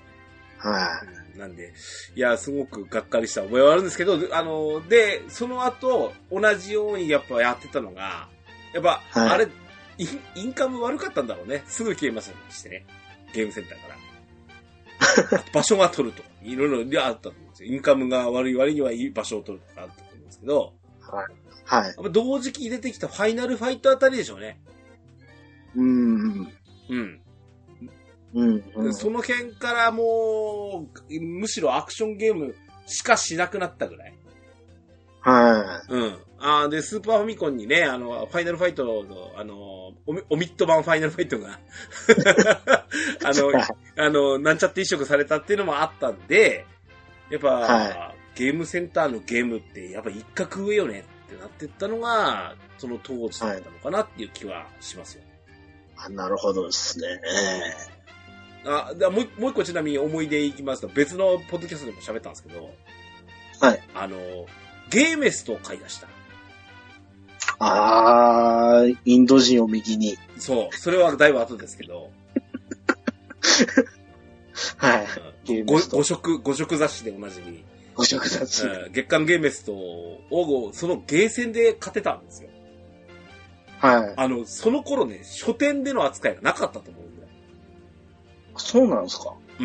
はい、 なんで、いや、すごくがっかりした覚えはあるんですけど、あの、で、その後、同じようにやっぱやってたのが、やっぱ、はい、あれイン、インカム悪かったんだろうね。すぐ消えましたしてね。ゲームセンターから。場所が取るとか、いろいろあったと思うんですよ。インカムが悪い割にはいい場所を取るとかあったと思うんですけど、 はい。 はい。 同時期に出てきたファイナルファイトあたりでしょうね。 うーん。 うん。 うん、うん。 その辺からもう、むしろアクションゲームしかしなくなったぐらい。 はい。 うん。あで、スーパーファミコンにね、あの、ファイナルファイトの、あの、オミオミット版ファイナルファイトが、あの、あの、なんちゃって移植されたっていうのもあったんで、やっぱ、はい、ゲームセンターのゲームって、やっぱ一角上よねってなってったのが、その当時だったのかなっていう気はしますよ。 はい、あ、なるほどですね。 あ、だもう、もう一個ちなみに思い出いきますと、別のポッドキャストでも喋ったんですけど、 はい。 あの、ゲーメストを買い出した。 あー、インド人を右に。 そう。それはだいぶ後ですけど。 はい。 ゲーメスト。ご色、ご色雑誌でおなじみ。 ご色雑誌。 うん、月刊ゲーメストを、そのゲーセンで買ってたんですよ。 はい。 あの、その頃ね、書店での扱いがなかったと思うんだよ。 そうなんですか？ うん。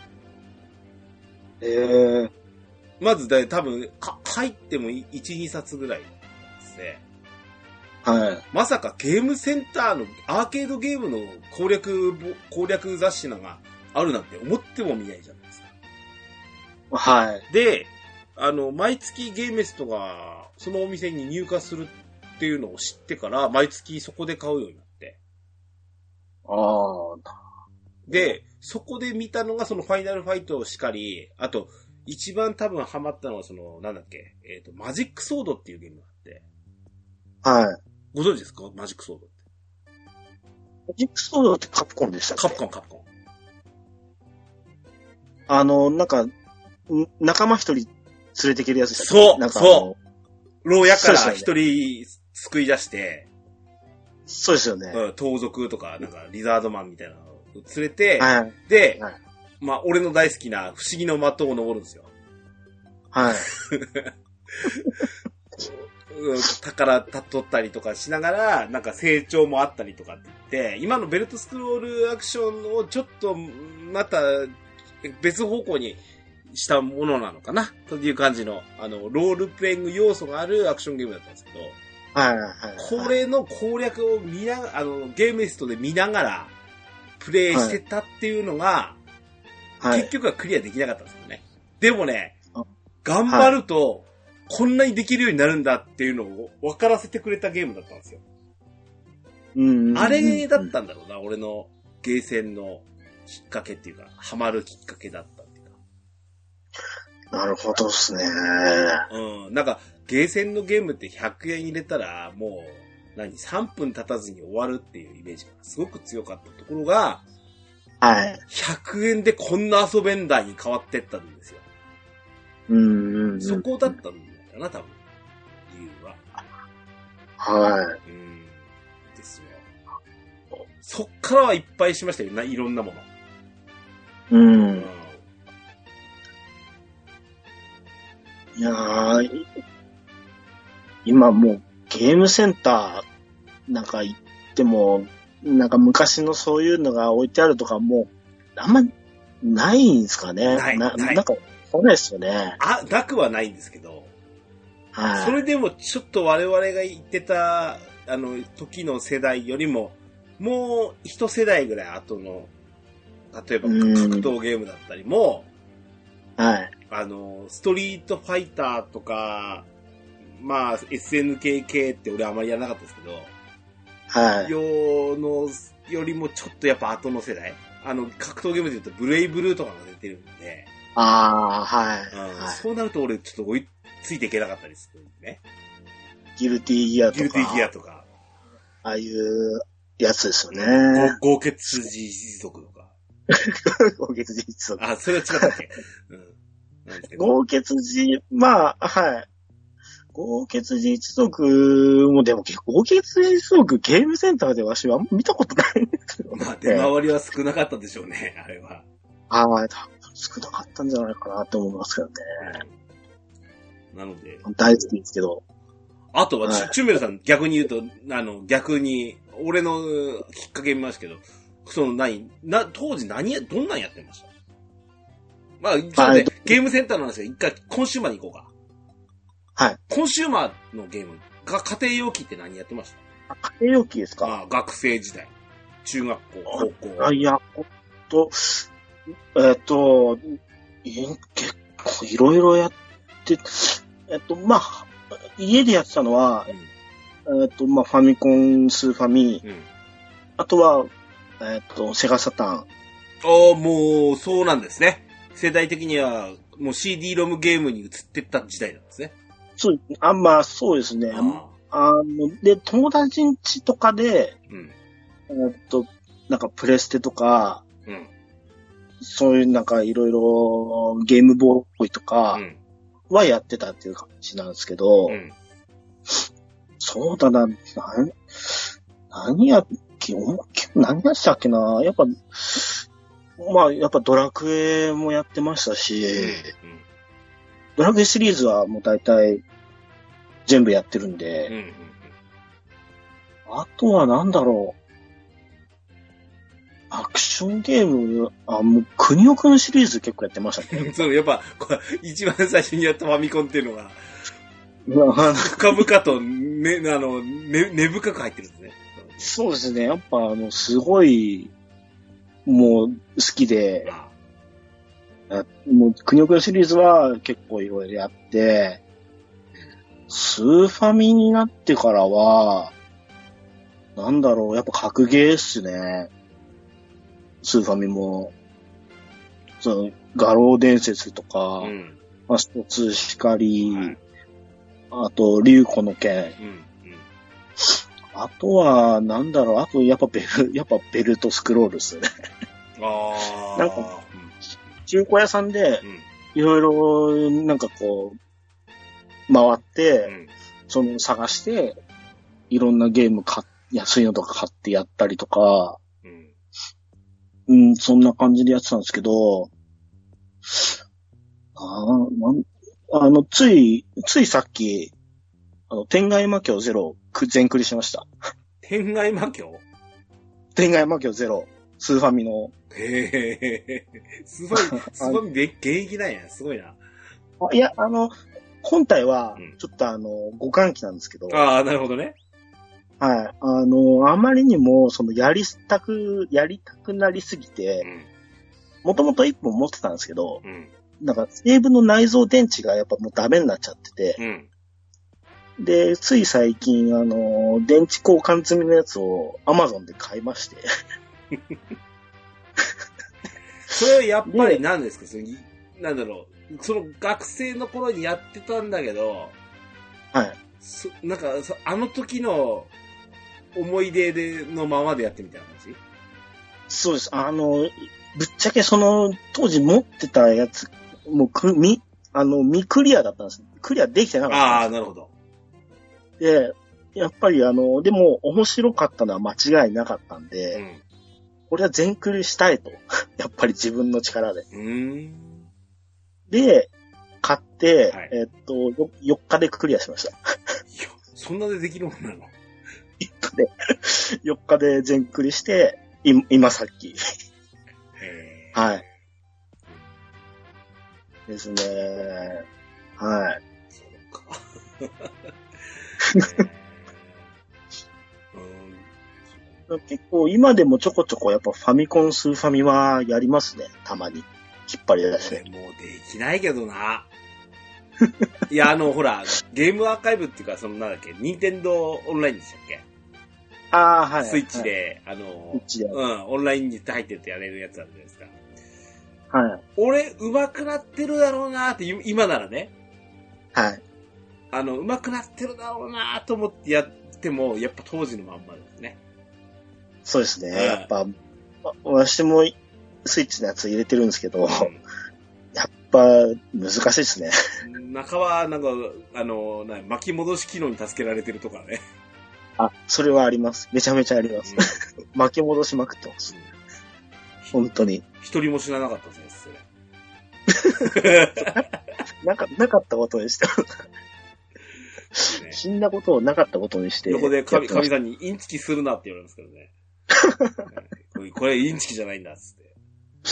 ええー。 まずだ、多分、か、入ってもいち、にさつぐらいですね。 はい。 まさかゲームセンターのアーケードゲームの攻略、攻略雑誌なんかあるなんて思っても見ないじゃないですか。 はい。 で、あの、毎月ゲーメストがそのお店に入荷するっていうのを知ってから、毎月そこで買うようになって。 ああ。 で、そこで見たのがそのファイナルファイトをしかり、あと、一番多分ハマったのはその、なんだっけ、えっと、マジックソードっていうゲームがあって。 はい。 ご存知ですか？マジックソードって。 マジックソードってカプコンでしたっけ？ カプコン、カプコン。 あの、なんか、仲間一人連れてけるやつでしたっけ？そうなんかそう。牢屋から一人救い出して。 そうですよね。 うん、盗賊とか、なんか、リザードマンみたいなのを連れて、 はい、 で、 はい、 まあ、俺の大好きな不思議の的を登るんですよ。 はい。 宝取ったりとかしながら、なんか成長もあったりとかって言って、今のベルトスクロールアクションをちょっと、また、別方向にしたものなのかなという感じの、あの、ロールプレイング要素があるアクションゲームだったんですけど、 はいはいはい。 これの攻略を見ながら、あの、ゲームリストで見ながら、プレイしてたっていうのが、はい、結局はクリアできなかったんですよね。でもね、頑張ると、はい、こんなにできるようになるんだっていうのを分からせてくれたゲームだったんですよ。 うんうんうん、 あれだったんだろうな、俺のゲーセンのきっかけっていうか、ハマるきっかけだったっていうか。なるほどですね。 うん。なんか、ゲーセンのゲームってひゃくえん入れたら、もう、何、さんぷん経たずに終わるっていうイメージがすごく強かったところが、 はい。 ひゃくえんでこんな遊べんだに変わってったんですよ。 うんうんうん。 そこだったんだよな、多分。理由は。 はい。 うん。ですよ。そっからはいっぱいしましたよ、いろんなもの。 うん。うん、いやー、今もうゲームセンターなんか行っても、なんか昔のそういうのが置いてあるとかもう、あんまないんですかね。 ない。 な、ないなんか、そうですよね。 あ、なくはないんですけど。 はい。 それでもちょっと我々が言ってた、あの、時の世代よりも、もう一世代ぐらい後の、例えば格闘ゲームだったりも、 はい。 あの、ストリートファイターとか、まあ、エスエヌケー 系って俺あまりやらなかったですけど、 はい。 よの、よりもちょっとやっぱ後の世代。あの、格闘ゲームで言うとブレイブルーとかが出てるんで。 ああ、はい、 うんはい。 そうなると俺ちょっと追いついていけなかったりするんでね。 ギルティギアとか。 ギルティギアとか。 ああいうやつですよね。 豪傑寺一族とか。 豪傑寺一族。 あ、それは違ったっけ、うん、なんですけど。 豪傑寺、まあ、はい。豪傑寺一族もでも豪傑寺一族ゲームセンターでわしは見たことないんですけど、ね。 まあ出回りは少なかったでしょうね、あれは。 ああ、少なかったんじゃないかなって思いますけどね。 うん、なので。 大好きですけど。 あとは、はい、チュメルさん逆に言うと、あの、逆に、俺のきっかけ見ましたけど、その何、な、当時何や、どんなんやってました？まあ、ちょっとね、ゲームセンターの話が一回コンシューマーに行こうか。 はい。 コンシューマーのゲームっか、家庭用機って何やってました？ 家庭用機ですか？ ああ、学生時代。中学校、高校。 あ、いや、ほんと、えっと、結構いろいろやって、えっと、まあ、家でやってたのは、うん、えっと、まあ、ファミコン、スーファミ、うん、あとは、えっと、セガサターン。ああ、もう、そうなんですね。世代的には、もう シーディー ロムゲームに移ってった時代なんですね。 そう、あ、まあ、そうですね。ああの、で、友達ん家とかで、うん、えっと、なんかプレステとか、うん、そういうなんかいろいろゲームボーイとかはやってたっていう感じなんですけど、うん、そうだな、な、何やっけ、何やったっけな、やっぱ、まあ、やっぱドラクエもやってましたし、うんうん、ドラクエシリーズはもう大体全部やってるんで、うんうんうん、あとはなんだろう、アクションゲーム、あ、もう、くにおくんシリーズ結構やってましたね。 そう、やっぱ、一番最初にやったファミコンっていうのが、深々と、ね、あの、ね、根深く入ってるんですね。 そうですね。やっぱ、あの、すごい、もう、好きで、あもう、くにおくんシリーズは結構いろいろやって、スーファミになってからは、なんだろう、やっぱ格ゲーっすね。スーファミも、その、画廊伝説とか、うん、まあ、スポーツ光、はい、あと、竜子の剣、うんうん、あとは、なんだろう、あと、やっぱベル、やっぱベルトスクロールっすね。あなんか、中古屋さんで、いろいろ、なんかこう、回って、うん、その、探して、いろんなゲーム買っ、安いのとか買ってやったりとか、うん、そんな感じでやってたんですけど、あなんあの、つい、ついさっき、あの、天外魔境ゼロ、全クリしました。 天外魔境天外魔境ゼロ、スーファミの。 へぇー、すごい、すごい、現役なんや、すごいな。 いや、あの、本体は、ちょっとあの、互換機なんですけど。 ああ、なるほどね。 はい。あの、あまりにも、その、やりたく、やりたくなりすぎて、もともと一本持ってたんですけど、うん、なんか、セーブの内蔵電池がやっぱもうダメになっちゃってて、うん、で、つい最近、あの、電池交換済みのやつを Amazon で買いまして。 それはやっぱり何ですか？そのなんだろう、その学生の頃にやってたんだけど、はい。そなんか、あの時の、思い出でのままでやってみたいな感じ？ そうです。あの、ぶっちゃけその、当時持ってたやつ、もうく、み、あの、未クリアだったんです。クリアできてなかったんです。 ああ、なるほど。 で、やっぱりあの、でも面白かったのは間違いなかったんで、うん、これは全クリしたいと。やっぱり自分の力で。うーんで、買って、はい、えっと、よっかでクリアしました。いや、 そんなでできるもんなの？ で、よっかで全クリして、今さっき。へはい。ですね。はい。そうか。うん、結構今でもちょこちょこやっぱファミコンスーファミはやりますね。たまに。引っ張り出して。 もうできないけどな。いや、あの、ほら、ゲームアーカイブっていうか、そのなんだっけ、ニンテンドーオンラインでしたっけ？ ああ、はい。 スイッチで、はい、あの、うん、オンラインに入ってってやれるやつあるじゃないですか。はい。俺、上手くなってるだろうなって、今ならね。はい。あの、上手くなってるだろうなと思ってやっても、やっぱ当時のまんまですね。 そうですね。うん、やっぱ、私もスイッチのやつ入れてるんですけど、うん、やっぱ難しいですね。 中は、なんか、あの、巻き戻し機能に助けられてるとかね。 あ、それはあります。めちゃめちゃあります。うん、巻き戻しまくってます。うん、本当に。 一人も死ななかったですね、それ。 なんか、なかったことにして。ね、死んだことをなかったことにして。 横で神、神さんにインチキするなって言われますけどね。これインチキじゃないんだっつって。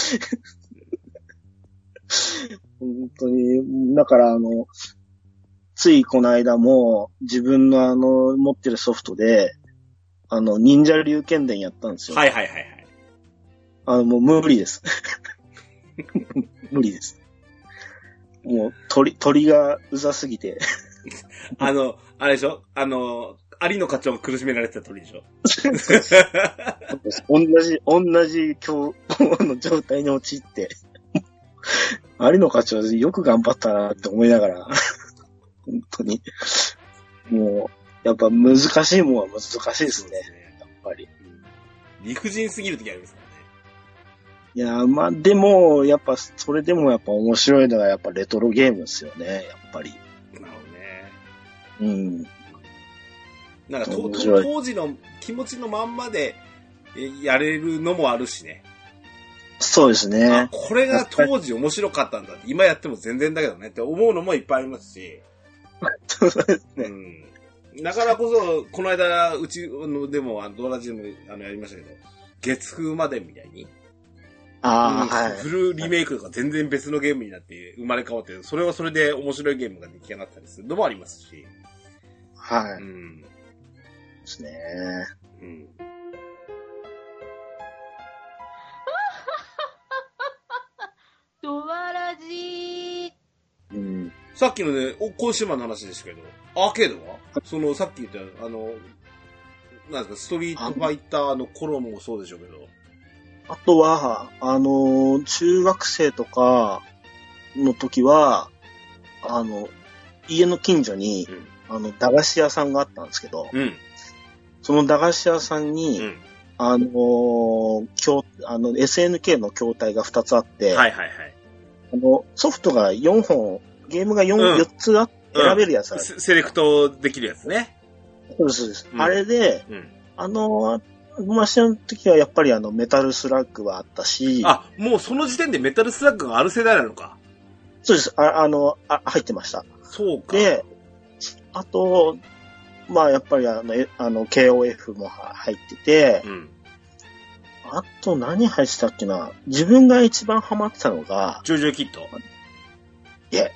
本当に、だからあの、 ついこの間も自分のあの、持ってるソフトで、あの、忍者龍剣伝やったんですよ。 はいはいはいはい。 あの、もう無理です。無理です。もう、鳥、鳥がうざすぎて。 あの、あれでしょあの、有野課長が苦しめられてた鳥でしょ同じ、同じ今日の状態に陥って、有野課長よく頑張ったなって思いながら、本当に。もう、やっぱ難しいもんは難しいですね。やっぱり。 理不尽すぎる時ありますからね。 いや、まあ、でも、やっぱ、それでもやっぱ面白いのがやっぱレトロゲームですよね、やっぱり。 なるほどね。 うん。 なんか当時の気持ちのまんまでやれるのもあるしね。 そうですね。あ、 これが当時面白かったんだって、今やっても全然だけどねって思うのもいっぱいありますし。 そうですね。 うん。だからこそ、この間、うちの、でも、ドラジでもあのやりましたけど、月風までみたいに。 ああ、うん、はい。 フルリメイクとか全然別のゲームになって生まれ変わって、それはそれで面白いゲームが出来上がったりするのもありますし。 はい。 うん。 ですね。うん。 ドワラジー。うん。さっきのね、コンシューマーの話ですけど、アーケードはその、さっき言った、あの、なんですか、ストリートファイターの頃もそうでしょうけど。 あとは、あの、中学生とかの時は、あの、家の近所に、うん、あの、駄菓子屋さんがあったんですけど、うん、その駄菓子屋さんに、うん、あのー、あの、エスエヌケー の筐体がふたつあって、はいはいはい。あの、ソフトがよんほん、ゲームが 4,、うん、よっつあって選べるやつある、 うん、セレクトできるやつね。 そうです、そうです。うん、あれで、うん、あの、私の時はやっぱりあの、メタルスラッグはあったし、 あ、もうその時点でメタルスラッグがある世代なのか。 そうです。あ, あのあ、入ってました。 そうか。 で、あと、まあやっぱりあの、あの ケーオーエフ も入ってて、うん、あと何入ってたっけな、自分が一番ハマってたのが、 ジョジョキットいえ。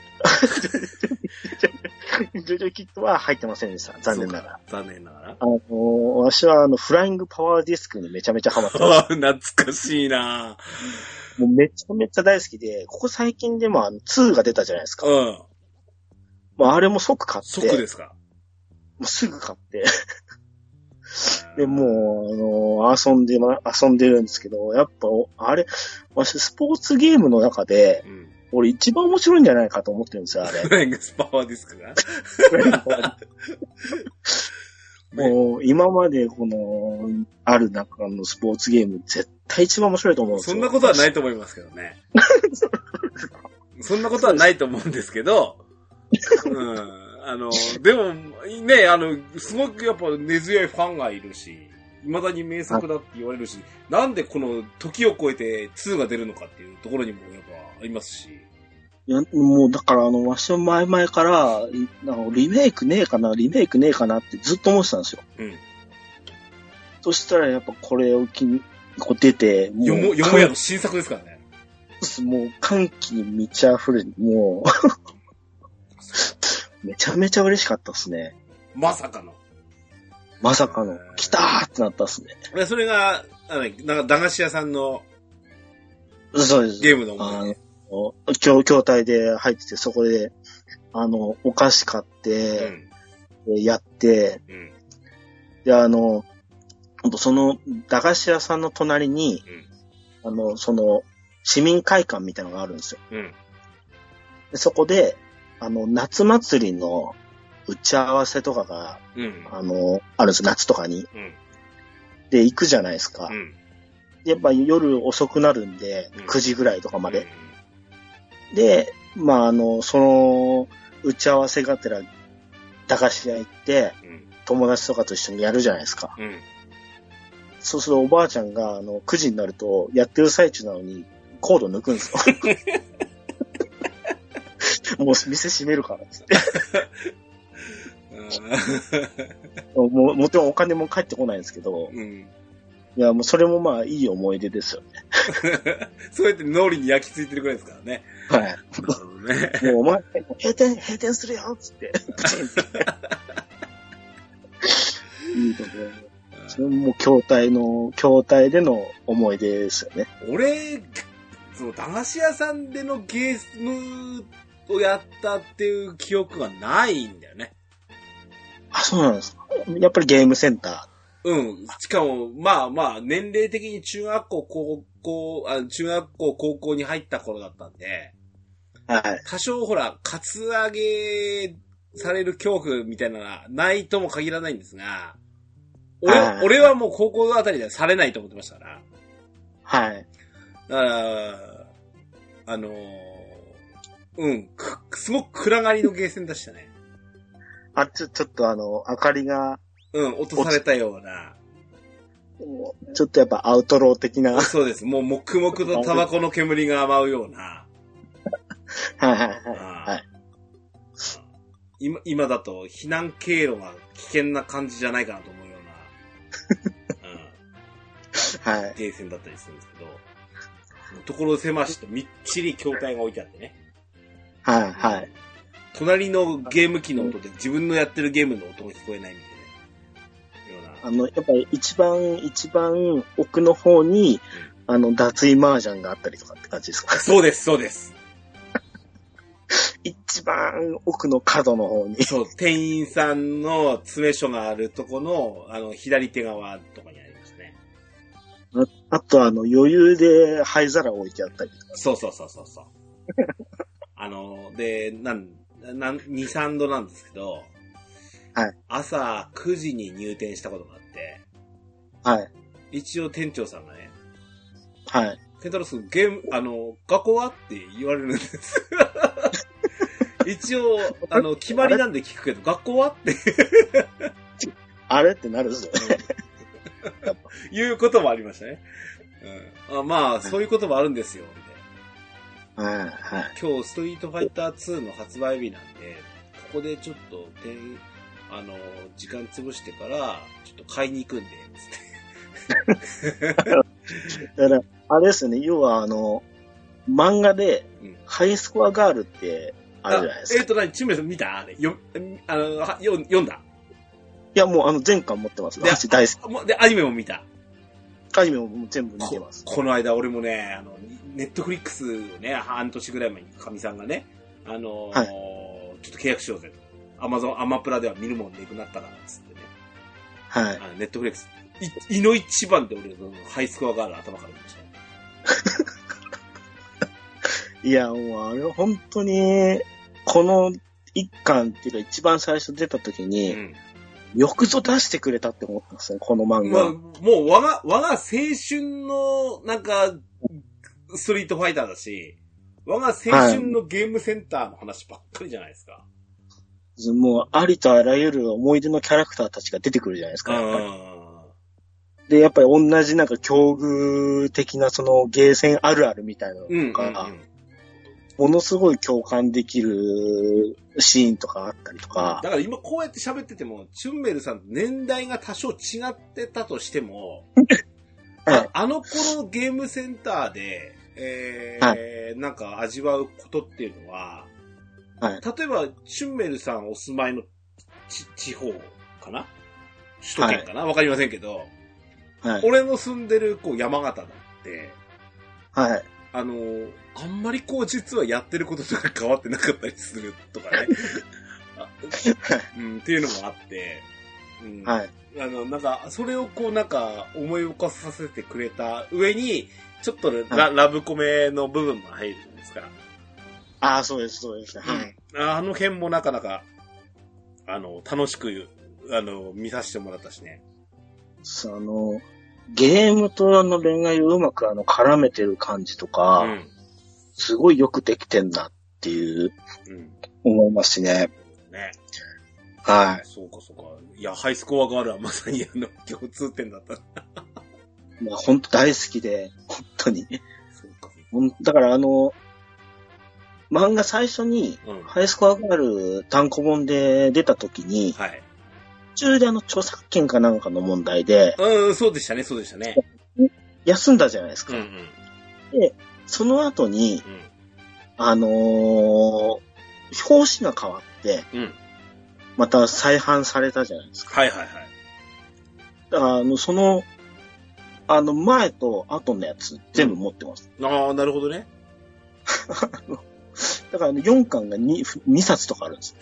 ジョジョキットは入ってませんでした。残念ながら。 残念ながら。 あのー、私はあの、フライングパワーディスクにめちゃめちゃハマってました。 懐かしいなもうめちゃめちゃ大好きで、ここ最近でもあの、ツーが出たじゃないですか。うん。まあ、あれも即買って。 即ですか。 もうすぐ買って。で、もう、あのー、遊んで、ま、遊んでるんですけど、やっぱ、あれ、私、スポーツゲームの中で、うん、俺一番面白いんじゃないかと思ってるんですよ、あれ。 フライングパワーディスクがもう、今までこの、ある中のスポーツゲーム、絶対一番面白いと思うんですよ。 そんなことはないと思いますけどね。そんなことはないと思うんですけど、うん、あの、でも、ね、あの、すごくやっぱ根強いファンがいるし、未だに名作だって言われるし、なんでこの時を超えてツーが出るのかっていうところにもやっぱありますし。 いや、もうだからあの、わしは前々から、なんかリメイクねえかな、リメイクねえかなってずっと思ってたんですよ。うん。そしたらやっぱこれを機に、こう出て、 もう。よも、よもやの新作ですからね。 もう歓喜に満ち溢れる、もう、めちゃめちゃ嬉しかったっすね。 まさかの。 まさかの、来たーってなったっすね。 それが、あの、なんか駄菓子屋さんの、 そうです。 ゲームの思い出。 筐筐体で入ってて、そこで、あの、お菓子買って、うん、やって、うん、で、あの、その、駄菓子屋さんの隣に、うん、あの、その、市民会館みたいなのがあるんですよ。うん、でそこで、あの、夏祭りの打ち合わせとかが、うん、あの、あるんですよ、夏とかに。うん、で、行くじゃないですか。うん、やっぱ夜遅くなるんで、うん、くじぐらいとかまで。うん、で、まあ、あの、その、打ち合わせがてら、駄菓子屋行って、うん、友達とかと一緒にやるじゃないですか。うん、そうするとおばあちゃんが、あの、くじになると、やってる最中なのに、コード抜くんですよ。もう店閉めるからっつって。もう、もちろんお金も返ってこないんですけど、うん、いや、もうそれもまあいい思い出ですよね。 そうやって脳裏に焼き付いてるくらいですからね。 はい。なるほどね。もうお前、閉店、閉店するよつって、プチンって。いいところ。それも筐体の、筐体での思い出ですよね。 俺、その駄菓子屋さんでのゲームをやったっていう記憶がないんだよね。 あ、そうなんですか。やっぱりゲームセンター。うん。しかも、まあまあ、年齢的に中学校、高校、あ中学校、高校に入った頃だったんで、 はい。 多少ほら、カツアゲされる恐怖みたいなのはないとも限らないんですが、俺、はい、俺はもう高校あたりではされないと思ってましたから。 はい。 だから、あのー、うん、く、すごく暗がりのゲーセンでしたね。 あ、ちょ、ちょっとあの、明かりが。 うん、落とされたような。 ちょっとやっぱアウトロー的な。 そうです。もう黙々とタバコの煙が舞うような。 はいはいはい。はい。 今、今だと避難経路が危険な感じじゃないかなと思うような。うん。はい。ゲーセンだったりするんですけど。所狭しとみっちり筐体が置いてあってね。 はいはい。 隣のゲーム機の音で自分のやってるゲームの音が聞こえないみたいな。 あの、やっぱり一番、一番奥の方に、うん、あの、脱衣麻雀があったりとかって感じですか？ そうです、そうです。 一番奥の角の方に。 そう、店員さんの詰め所があるとこの、あの、左手側とかにありますね。 あ, あと、あの、余裕で灰皿置いてあったりとか。 そうそうそうそうそう。あの、で、なん、なん、に、さんどなんですけど、 はい。 朝くじに入店したことがあって、 はい。 一応店長さんがね、 はい。 ケンタロス、ゲーム、あの、学校はって言われるんです。一応、あの、決まりなんで聞くけど、学校はってあれってなるんですよね。 いうこともありましたね。うん、あまあ、そういうこともあるんですよ、みたいな。はい、はい。 今日、ストリートファイターツーの発売日なんで、ここでちょっと、あの、時間潰してから、ちょっと買いに行くんで、つって。だから、あれですよね、要はあの、漫画で、ハイスコアガールってあるじゃないですか。 えっ、ー、と、何、チンメイさん見たあれ、よ、あの、はよ読んだいや、もうあの、全巻持ってます。私大好き。で、アニメも見た。 アニメも全部見てます。 こ, この間、俺もね、あの、ネットフリックスをね、半年ぐらい前に、かみさんがね、あのーはい、ちょっと契約しようぜと。アマゾン、アマプラでは見るもんでよくなったから、つってね。 はい。 あのネットフリックス。い、いの一番で俺のハイスコアガール頭から見ました、ね。 いや、もうあれ本当に、この一巻っていうか一番最初出た時に、うん、よくぞ出してくれたって思ったんですよ、この漫画。まあ、 もう我が、我が青春の、なんか、ストリートファイターだし、我が青春のゲームセンターの話ばっかりじゃないですか。はい、 もう、ありとあらゆる思い出のキャラクターたちが出てくるじゃないですか、やっぱり。で、やっぱり同じなんか境遇的なそのゲーセンあるあるみたいなのとか、うんうんうん、ものすごい共感できるシーンとかあったりとか。 だから今こうやって喋ってても、チュンメルさん年代が多少違ってたとしても、はい、あ, あの頃のゲームセンターで、えーはい、なんか味わうことっていうのは、はい、例えば、チュンメルさんお住まいの地方かな首都圏かなわ、はい、かりませんけど、はい、俺の住んでるこう山形だって、 はい。 あの、あんまりこう実はやってることとか変わってなかったりするとかね。うん、っていうのもあって、うん、はい。あの、なんか、それをこうなんか思い起こさせてくれた上に、ちょっと ラ,、はい、ラブコメの部分も入るじゃないですか。 ああ、そうです、そうです。はい。 あの辺もなかなか、あの、楽しく、あの、見させてもらったしね。 その、ゲームとあの恋愛をうまくあの絡めてる感じとか、うん、すごいよくできてんなっていう、うん、思いますしね。 ね。 はい。 そうかそうか。いや、ハイスコアガールはまさにあの共通点だった。 まあ本当大好きで、本当に。そうか。だからあの、漫画最初に、うん、ハイスコアガール単行本で出た時に、はい。途中であの著作権かなんかの問題で、 うん、そうでしたね、そうでしたね。 休んだじゃないですか。うんうん、 で、その後に、うん、あのー、表紙が変わって、うん、また再販されたじゃないですか。 はいはいはい。 だから、あの、その、あの、前と後のやつ、全部持ってます。 うん、ああ、なるほどね。 だから、よんかんが 2, にさつとかあるんです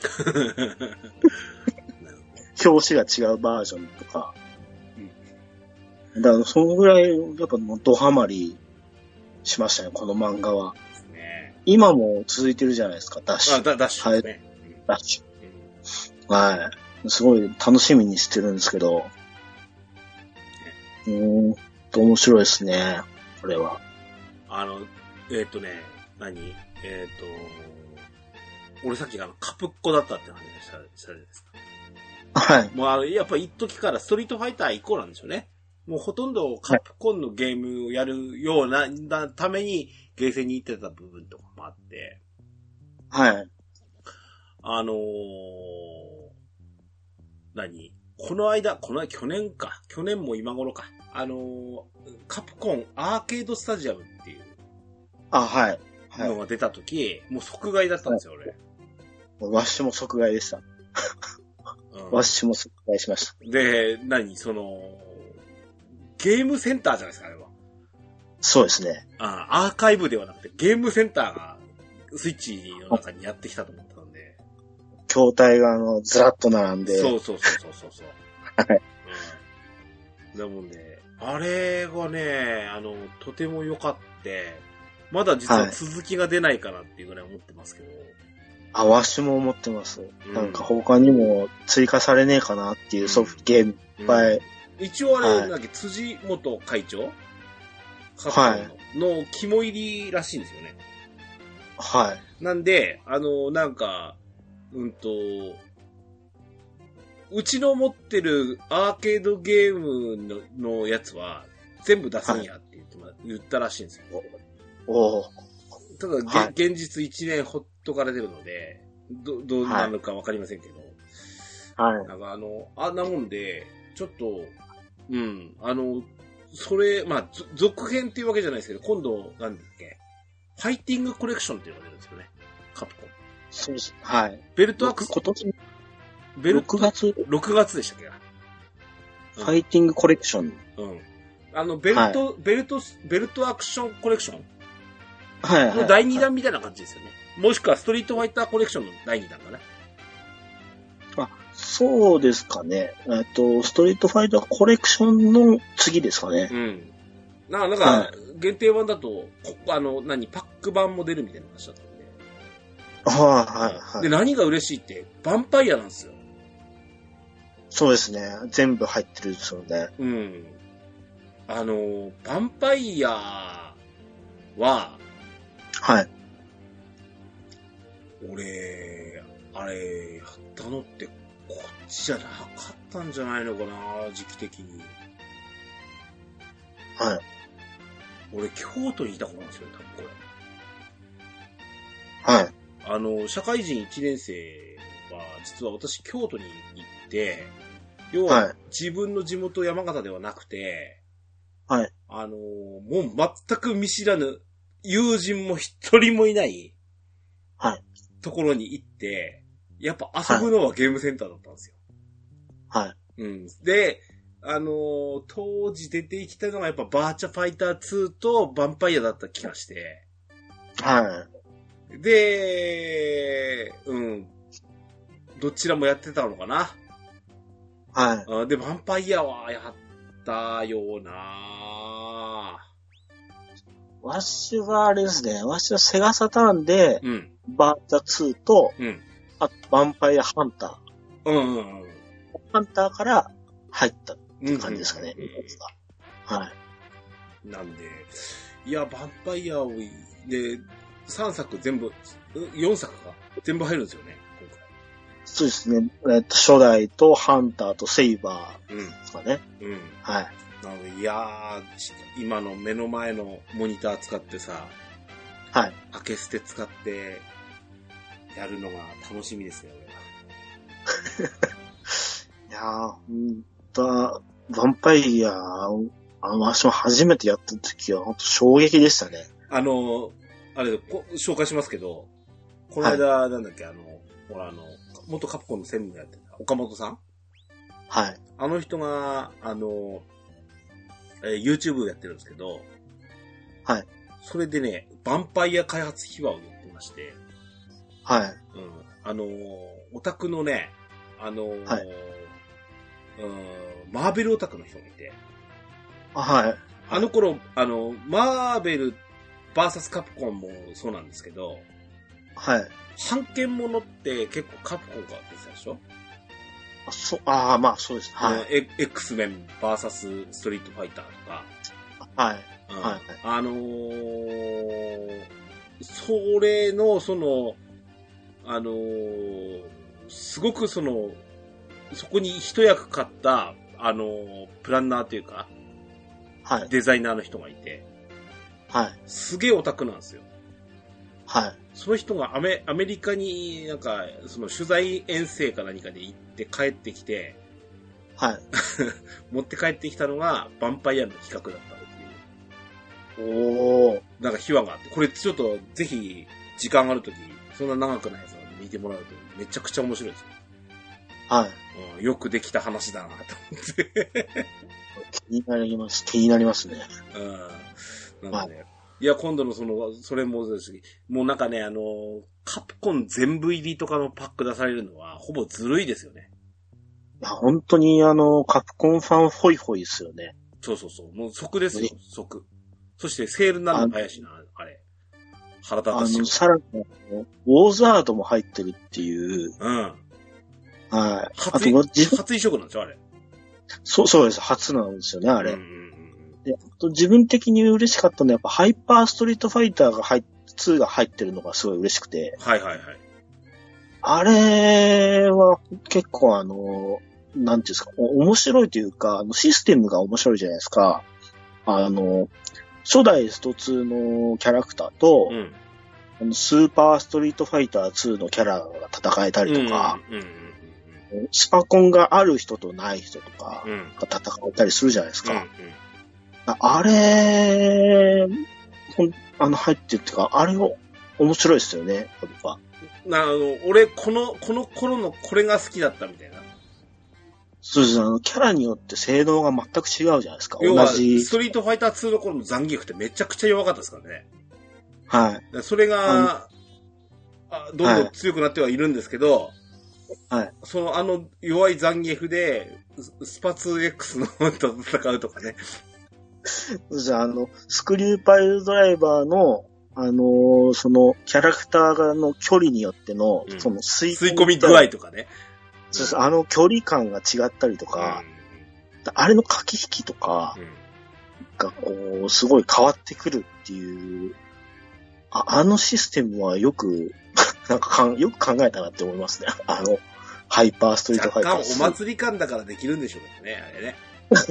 よ。表紙が違うバージョンとか。うん、だから、そのぐらい、やっぱもうドハマりしましたね、この漫画は。ね、今も続いてるじゃないですか、ダッシュ。 あ、ダッシュですね。 はい、ダッシュ。はい。すごい楽しみにしてるんですけど。うーんと、面白いですね、これは。 あの、えっ、ー、とね、何えっ、ー、と、俺さっきあの、カプッコだったって話したじゃないですか。はい。 もうあの、やっぱ一時からストリートファイター以降なんでしょうね。もうほとんどカプコンのゲームをやるような、なためにゲーセンに行ってた部分とかもあって。 はい。 あのー、何この間、この間、去年か。去年も今頃か。あのー、カプコンアーケードスタジアムっていう。 あ、はい。はい。 のが出た時、もう即買いだったんですよ、はい、 俺。ワッシュも即買いでした。うん、ワッシュも即買いしました。 で、何その、ゲームセンターじゃないですか、あれは。 そうですね。 ああ、アーカイブではなくて、ゲームセンターがスイッチの中にやってきたと思ったんで。 筐体があの、ずらっと並んで。 そうそうそうそうそう。 はい。 うん。だもんね、あれがね、あの、とても良かった。まだ実は続きが出ないかなっていうぐらい思ってますけど。はい、 あ、わしも思ってます。うん、なんか他にも追加されねえかなっていうソフト、うん、ゲームいっぱい。うん、 一応あれ、はい、なんか辻元会長はい。の肝入りらしいんですよね。 はい。 なんで、あの、なんか、うんと、うちの持ってるアーケードゲーム の, のやつは全部出すんやって言って、はい、言ったらしいんですよ。 おお。 ただ、はい、現実いちねんほっとかれてるので、ど、どうなるかわかりませんけど。 はい。 なんかあの、あんなもんで、ちょっと、うん、あの、それ、まあ、続編っていうわけじゃないですけど、今度、なんだっけ、ファイティングコレクションっていうのが出るんですよね。カプコン。 そうです。はい。 ベルトアクス。 今年ベルト、 ろくがつ ? ろくがつでしたっけ、うん、 ファイティングコレクション。 うん。あの、ベルト、はい、ベルト、ベルトアクションコレクションはいはい。 のだいにだんみたいな感じですよね。もしくはストリートファイターコレクションのだいにだんかな。 あ、そうですかね。えっと、ストリートファイターコレクションの次ですかね。 うん。なんか、なんか、限定版だと、あの、何、パック版も出るみたいな話だったんで。 はいはいはい。 で、何が嬉しいって、ヴァンパイアなんですよ。 そうですね。全部入ってるですよね。 うん。あの、ヴァンパイアは、 はい。 俺、あれ、やったのってこっちじゃなかったんじゃないのかな、時期的に。 はい。 俺、京都にいた頃なんですよ、多分これ。はい。 あの、社会人いちねん生は、実は私、京都に行って、要は、自分の地元山形ではなくて、 はい。 あの、もう全く見知らぬ、友人も一人もいない、 はい。 ところに行って、やっぱ遊ぶのはゲームセンターだったんですよ。 はい。 うん。で、あのー、当時出てきたのがやっぱバーチャファイターツーとヴァンパイアだった気がして。 はい。 で、うん。どちらもやってたのかな。 はい。 で、ヴァンパイアはやったようなわしはあれですね。わしはセガサターンで、うん、バーチャツーと、うん、あとヴァンパイアハンター。うんうんうん。 ハンターから入ったって感じですかね。うんうんうん、はい。 なんで、いや、ヴァンパイアを、で、さんさく全部、よんさくか全部入るんですよね、今回。 そうですね。えっと、初代とハンターとセイバーですかね。 うん。うん、 はい。 なので、いやー、今の目の前のモニター使ってさ、 はい。 開け捨て使って、やるのが楽しみですね、 俺は。いやー、ほんと、ヴァンパイア、あの、私も初めてやった時は、ほんと衝撃でしたね。 あの、あれ、紹介しますけど、この間、はい、なんだっけ、あの、ほら、あの、元カプコンの専務やってた、岡本さんはい。 あの人が、あの、えー、YouTube やってるんですけど、 はい。 それでね、ヴァンパイア開発秘話を言ってまして、 はい。 うん。あのー、オタクのね、あのー、はい。うん、マーベルオタクの人がいて、 はい。 あの頃、あの、マーベルバーサスカプコンもそうなんですけど、 はい。 版権ものって結構カプコンが出てたでしょ？ あ、そう、ああ、まあそうです。はい。 X メンバーサスストリートファイターとか。 はい。 うん、 はい。 あのー、それの、その、あのー、すごくその、そこに一役買った、あのー、プランナーというか、 はい。 デザイナーの人がいて、 はい。 すげえオタクなんですよ。 はい。 その人がアメ、アメリカになんか、その取材遠征か何かで行って帰ってきて、 はい。 持って帰ってきたのが、ヴァンパイアの企画だったっていう。おー。 なんか秘話があって、これちょっとぜひ、時間あるとき、そんな長くないやつなんで見てもらうと、めちゃくちゃ面白いですよ。 はい。 うん、よくできた話だなと思って。 気になります。気になりますね。 うん。なんでね。はい、いや、今度のその、それもですし、もうなんかね、あの、カプコン全部入りとかのパック出されるのは、ほぼずるいですよね。 いや、本当にあの、カプコンファンホイホイですよね。 そうそうそう。もう即ですよ、即。そしてセールなの早しな、あれ。腹立たしい。 あの、さらに、ウォーザードも入ってるっていう。 うん。 はい。 初移、初移植なんですよ、あれ。 そう、そうです。初なんですよね、あれ。 うんうんうん、 で、あと自分的に嬉しかったのは、やっぱハイパーストリートファイターが入っ、ツーが入ってるのがすごい嬉しくて。 はいはいはい。 あれは結構あの、なんていうんですか、面白いというか、あのシステムが面白いじゃないですか。あの、初代ストツーのキャラクターと、うん、あのスーパーストリートファイターツーのキャラが戦えたりとか、うんうんうんうん、スパコンがある人とない人とかが戦えたりするじゃないですか。うんうん、あれ、ほん、あの入ってるっていうか、あれを面白いですよね、僕は。 なあの、俺、この、この頃のこれが好きだったみたいな。 そうです。あの、キャラによって性能が全く違うじゃないですか。 同じ。ストリートファイターツーの頃の残虐ってめちゃくちゃ弱かったですからね。 はい。 それが、あどんどん強くなってはいるんですけど、 はい。 その、あの、弱いザンギエフで、スパ ツーエックス のと戦うとかね。 じゃあ、あの、スクリューパイルドライバーの、あのー、その、キャラクターの距離によっての、うん、その吸い込み、 吸い込み具合とかね。 そうそう、あの距離感が違ったりとか、うん、あれの駆け引きとか、がこう、すごい変わってくるっていう、あ, あのシステムはよく、なんかかん、よく考えたなって思いますね。あの、ハイパーストリートファイター。 若干お祭り感だからできるんでしょうね、あれね。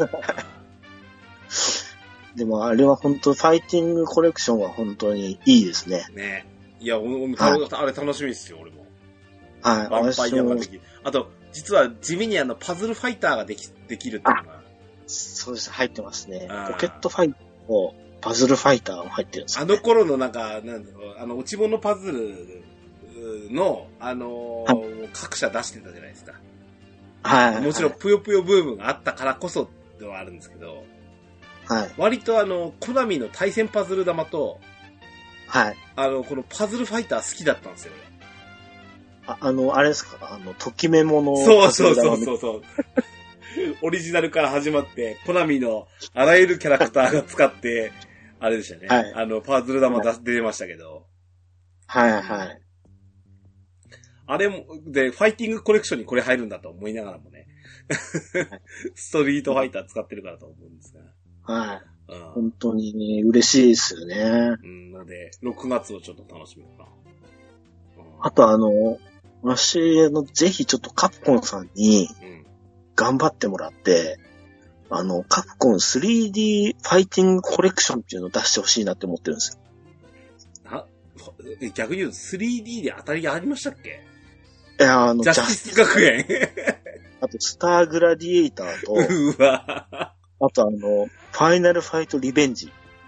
でもあれは本当、ファイティングコレクションは本当にいいですね。 ね。いや、俺も、はい、あれ楽しみですよ、俺も。 はい。 バンパイアができる。あと、実は地味にあの、パズルファイターができ、できるっていうのが。 そうです、入ってますね。ポケットファイターとパズルファイターも入ってるんですよ、 ね。あの頃のなんか、なんだろう、あの、落ち物パズルの、あのーはい、各社出してたじゃないですか。 はい。 もちろん、ぷよぷよブームがあったからこそではあるんですけど、 はい。 割とあの、コナミの対戦パズル玉と、 はい。 あの、このパズルファイター好きだったんですよね。 あ、あの、あれですかあの、ときメモの。 そうそうそうそうそう。オリジナルから始まって、コナミのあらゆるキャラクターが使って、あれでしたね。はい。あの、パズル玉出、出ましたけど。 はいはい。 あれも、で、ファイティングコレクションにこれ入るんだと思いながらもね。はい、ストリートファイター使ってるからと思うんですが。 はい。うん、本当にね、嬉しいですよね。 うん、ので、ろくがつをちょっと楽しみだな。 うん、あとあの、私のぜひちょっとカプコンさんに頑張ってもらって、うん、あの、カプコン スリーディー ファイティングコレクションっていうのを出してほしいなって思ってるんですよ。 あ、逆に言うと スリーディー で当たりありましたっけ？ いや、あの、 ジャスティス学園あと、スターグラディエイターと、 うわあとあの、ファイナルファイトリベンジ。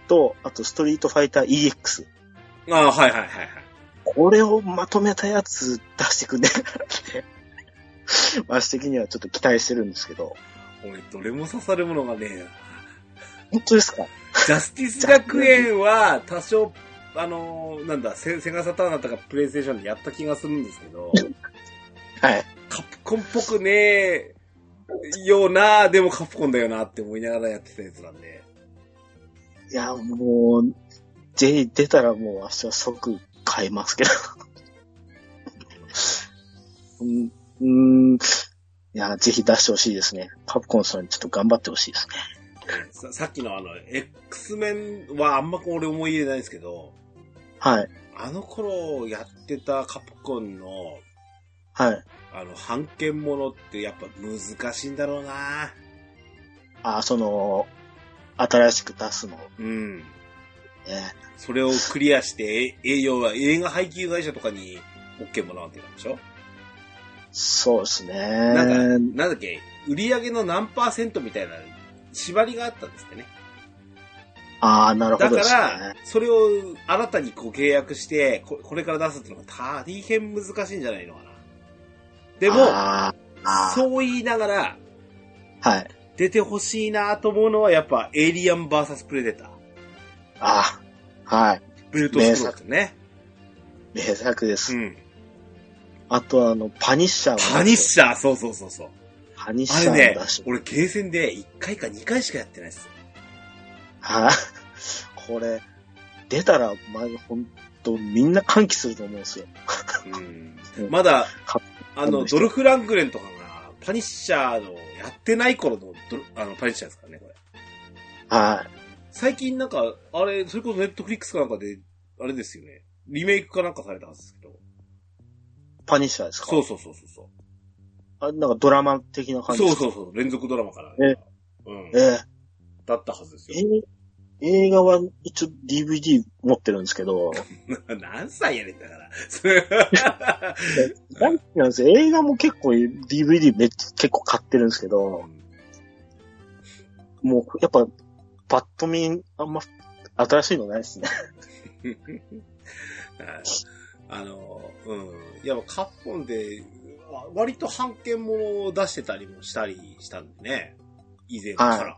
と、あとストリートファイター イーエックス。 ああ、はいはいはいはい。 これをまとめたやつ出してくんねえからって。私的にはちょっと期待してるんですけど。 俺、どれも刺さるものがねえな。 本当ですか？ ジャスティス学園は多少、あのー、なんだ、セ, セガサターンだったかプレイステーションでやった気がするんですけど。 はい。 カプコンっぽくねえような、でもカプコンだよなって思いながらやってたやつなんで。 いや、もう、J 出たらもう明日は即買いますけど。うん、うん、いや、ぜひ出してほしいですね。カプコンさんにちょっと頑張ってほしいですね。 さ, さっきのあの、X メンはあんま俺思い入れないんですけど。 はい。 あの頃やってたカプコンの、 はい。 あの、版権ものってやっぱ難しいんだろうな。 あ、その、新しく出すの。 うん。 ね。 それをクリアして、え、要は映画配給会社とかに OK もらうってなんでしょ？ そうですね。 なんか、なんだっけ、売り上げの何パーセントみたいな縛りがあったんですってね。 ああ、なるほどですね。 だから、それを新たにこう契約して、これから出すっていうのが大変難しいんじゃないのかな。でも、そう言いながら、 はい。 出てほしいなと思うのはやっぱエイリアン ブイエス プレデター。 ああ、はい。 ブルートスクロールね。 名作です。 うん。 あとあの、パニッシャー。 パニッシャー、そうそうそうそう。 パニッシャーの出し。 あれね、俺ゲーセンでいっかいかにかいしかやってないです。 はい。これ、出たら、まあ、ほんと、みんな歓喜すると思うんですよ。 うん。まだ、あの、ドルフ・ラングレンとかが、パニッシャーのやってない頃のドル、あの、パニッシャーですからね、これ。 はい。 最近なんか、あれ、それこそネットフリックスかなんかで、あれですよね。リメイクかなんかされたはずですけど。 パニッシャーですか？ そうそうそうそう。 あ、なんかドラマ的な感じですか？ そうそうそう。連続ドラマから。 えうん。えだったはずですよ。 えー、映画は一応 ディーブイディー 持ってるんですけど。 何歳やねんだから。 なんなんですよ。映画も結構 ディーブイディー めっちゃ結構買ってるんですけど、うん、もうやっぱパッと見あんま新しいのないですね。 あの、うん。やっぱカプコンで割と版権ものを出してたりもしたりしたんでね。以前から。はい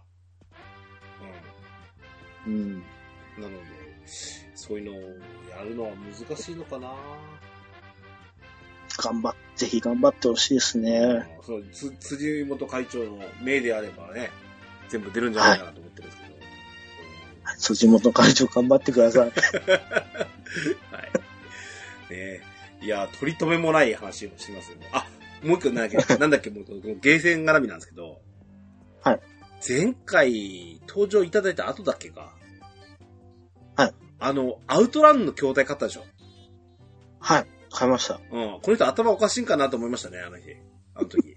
うん。 なので、そういうのをやるのは難しいのかな。 頑張っ、ぜひ頑張ってほしいですね。 そう、つ、辻元会長の命であればね、全部出るんじゃないかなと思ってるんですけど。 はいうん、辻元会長頑張ってください。はい。 ねいや、取り留めもない話をしてますよ。あ、もう一個なんだっけ、なんだっけ、もう、ゲーセン絡みなんですけど。 はい。 前回登場いただいた後だっけか。 はい。 あの、アウトランの筐体買ったでしょ？ はい。買いました。 うん。この人頭おかしいんかなと思いましたね、あの日。あの時。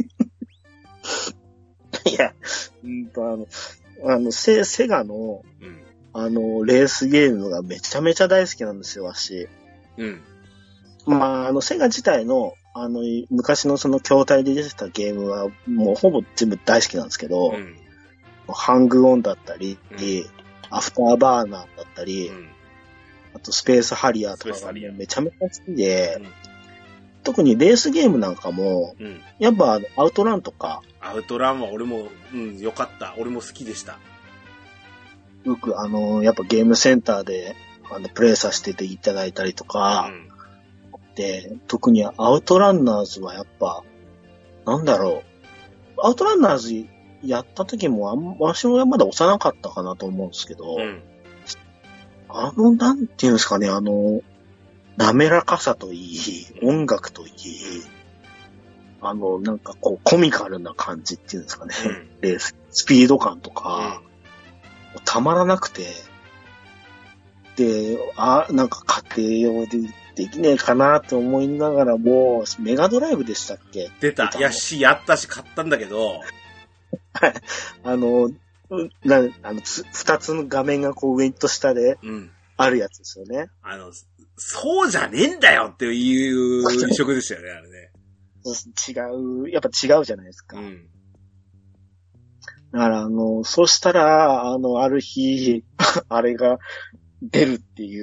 いや、うんと、あの、あの、セ、セガの、うん、あの、レースゲームがめちゃめちゃ大好きなんですよ、わし。 うん。 まあ、あの、セガ自体の、あの、昔のその筐体で出てたゲームは、もうほぼ全部大好きなんですけど、うん、ハングオンだったり、うん、アフターバーナーだったり、うん、あとスペースハリアーとかがめちゃめちゃ好きで、うん、特にレースゲームなんかも、うん、やっぱアウトランとか。 アウトランは俺も、うん、よかった。俺も好きでした。 よくあの、やっぱゲームセンターで、あの、プレイさせていただいたりとか、うん、で、特にアウトランナーズはやっぱ、なんだろう。アウトランナーズやった時も、あん私もまだ幼かったかなと思うんですけど、うん、あの、なんていうんですかね、あの、滑らかさといい、音楽といい、あの、なんかこう、コミカルな感じっていうんですかね、うん、で、スピード感とか、うん、たまらなくて、で、あ、なんか家庭用でできねえかなって思いながらも、メガドライブでしたっけ？ 出た。いやし、やったし、買ったんだけど、 はい。あの、な、あの、つ、二つの画面がこう上と下で、あるやつですよね、うん。 あの、そうじゃねえんだよっていう印象でしたよね、あれね。 違う、やっぱ違うじゃないですか。うん、 だから、あの、そしたら、あの、ある日、あれが出るっていう、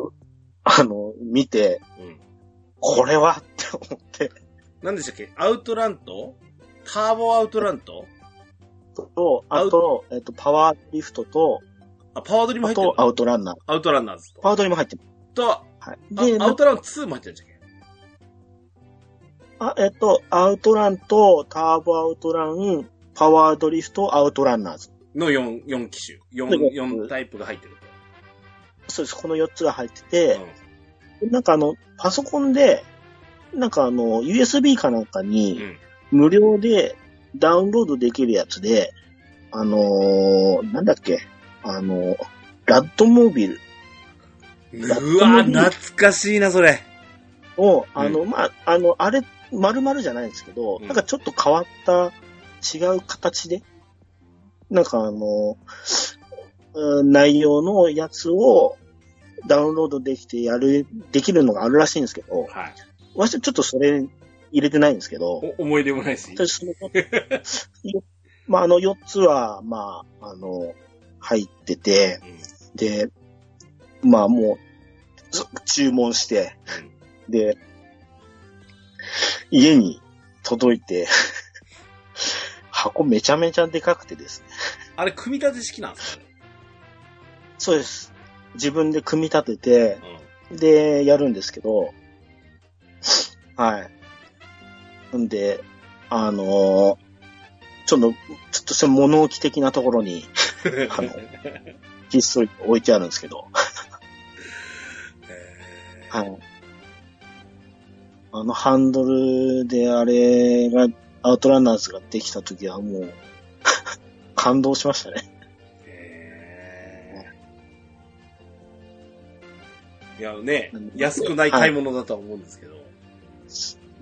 あの、見て、うん、これはって思って。 何でしたっけ？アウトラント？ターボアウトラント？ と、あと、えっと、パワーリフトと、 あ、パワードリも入ってる。 あと、アウトランナー。 アウトランナーズと。 パワードリも入ってる。 と、はい。で、アウトランツーも入ってるんじゃんけ？ あ、えっと、アウトランと、ターボアウトラン、パワードリフト、アウトランナーズ。 のよん、よん機種。よん、よんタイプが入ってると。そうです。このよっつが入ってて、うん、なんかあの、パソコンで、なんかあの、ユーエスビー かなんかに、無料でダウンロードできるやつで、あのー、なんだっけ、あの、ラッドモービル。 うわ、懐かしいな、それ。 を、あの、うん、まあ、あの、あれ、丸々じゃないんですけど、うん、なんかちょっと変わった違う形で、なんかあの、内容のやつをダウンロードできてやる、できるのがあるらしいんですけど、はい。私ちょっとそれ入れてないんですけど、 思い出もないし。 まあ、あのよっつは、まあ、あの、入ってて、うん、で、まあもう、注文して、うん、で、家に届いて、箱めちゃめちゃでかくてですね。 あれ、組み立て式なんですかね？ そうです。自分で組み立てて、うん、で、やるんですけど、はい。んで、あのー、ちょっと、ちょっとその物置的なところに、あの、ひっそり置いてあるんですけど、はい。あのハンドルであれが、アウトランナーズができたときはもう、感動しましたね。 へー。いやね、安くない買い物だとは思うんですけど。はい、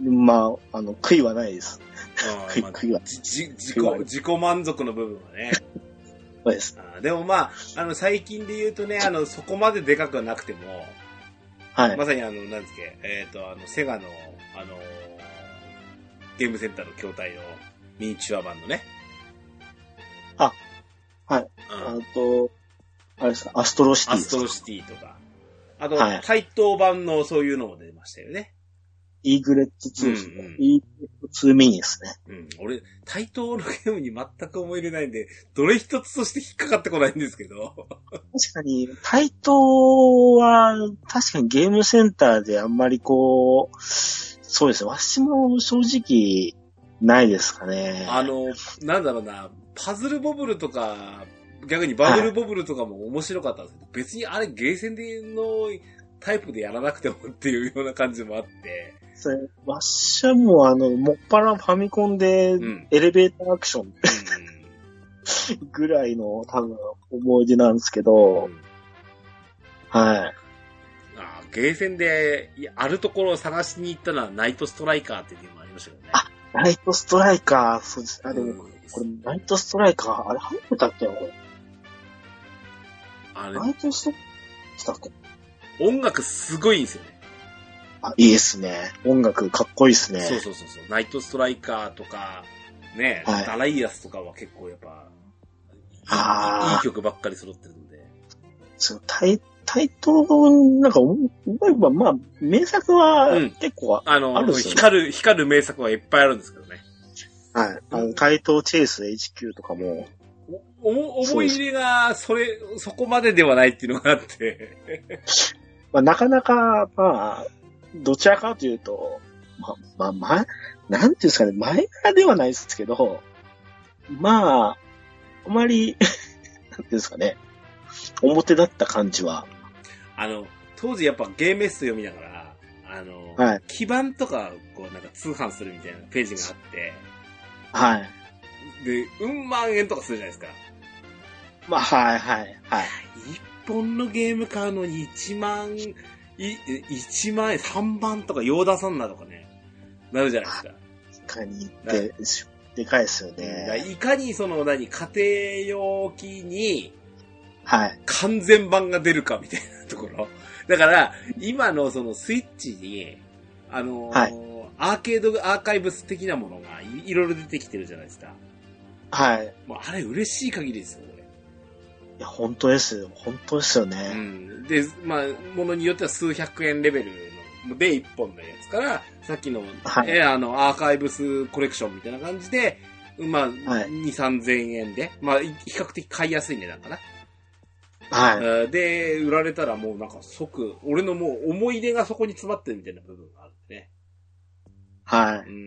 まあ、あの、悔いはないです。 悔い、悔いは。じ、自己、自己満足の部分はね。 そうです。 あでもまあ、あの、最近で言うとね、あの、そこまででかくはなくても、はい。まさにあの、なんですっけ、えっ、ー、と、あの、セガの、あのー、ゲームセンターの筐体のミニチュア版のね。 あ、はい。うん、あと、あれですか、アストロシティですか。 アストロシティとか。あと、はい、対等版のそういうのも出ましたよね。 イーグレットツーですね。うんうん、イーグレットツーミニですね。 うん。俺、対等のゲームに全く思い入れないんで、どれ一つとして引っかかってこないんですけど。 確かに、対等は、確かにゲームセンターであんまりこう、そうですね。私も正直、ないですかね。 あの、なんだろうな、パズルボブルとか、逆にバブルボブルとかも面白かったんですけど、はい、別にあれゲーセンでのタイプでやらなくてもっていうような感じもあって。 それ、わっしゃもあの、もっぱらファミコンでエレベーターアクション、うん、ぐらいの多分思い出なんですけど、うん、はい。 あゲーセンであるところを探しに行ったのはナイトストライカーっていうゲームもありましたよね。 あ、ナイトストライカー、そうです。あ、でも、これ、ナイトストライカー、あれ入ってたっけな、これ。あれナイトストライカーしたっけ？ 音楽すごいんですよね。 あ、いいですね。音楽かっこいいですね。 そうそうそうそう。ナイトストライカーとか、ね、はい、ダライアスとかは結構やっぱ、いい曲ばっかり揃ってるんで。 そう、タイ、タイトなんか、まあ、まあ、名作は結構ある、うん、あの、 光る、光る名作はいっぱいあるんですけどね。 はい。あの、タイトチェイス エイチキュー とかも。 お、思い入れが、それ、そこまでではないっていうのがあって。 まあ、なかなか、まあ、どちらかというと、ま、まあ、まあ、なんていうんですかね、前からではないですけど、まあ、あまり、なんていうんですかね、表だった感じは。 あの、当時やっぱゲームエスト読みながら、あの、はい、基盤とか、こう、なんか通販するみたいなページがあって、 はい。 で、うん万円とかするじゃないですか。 まあ、はい、はい、はい。 一本のゲーム買うのに一万、い、一万円、三万とか、ヨーダサンナとかね、なるじゃないですか。 確かに、で、でかいですよね。 いかにその、何、家庭用機に、 はい。 完全版が出るかみたいなところ。だから、今のそのスイッチに、あのー、はい、アーケード、アーカイブス的なものがい、いろいろ出てきてるじゃないですか。 はい。 もうあれ嬉しい限りですよ、これ。いや、本当ですよ。本当ですよね。 うん。で、まあ、ものによっては数百円レベルの、で一本のやつから、さっきの、はい、え、あの、アーカイブスコレクションみたいな感じで、まあ、はい、に、さんぜんえんで、まあ、比較的買いやすい値段かな。はい。で、売られたらもうなんか即、俺のもう思い出がそこに詰まってるみたいな部分があるんでね。 はい。 うん、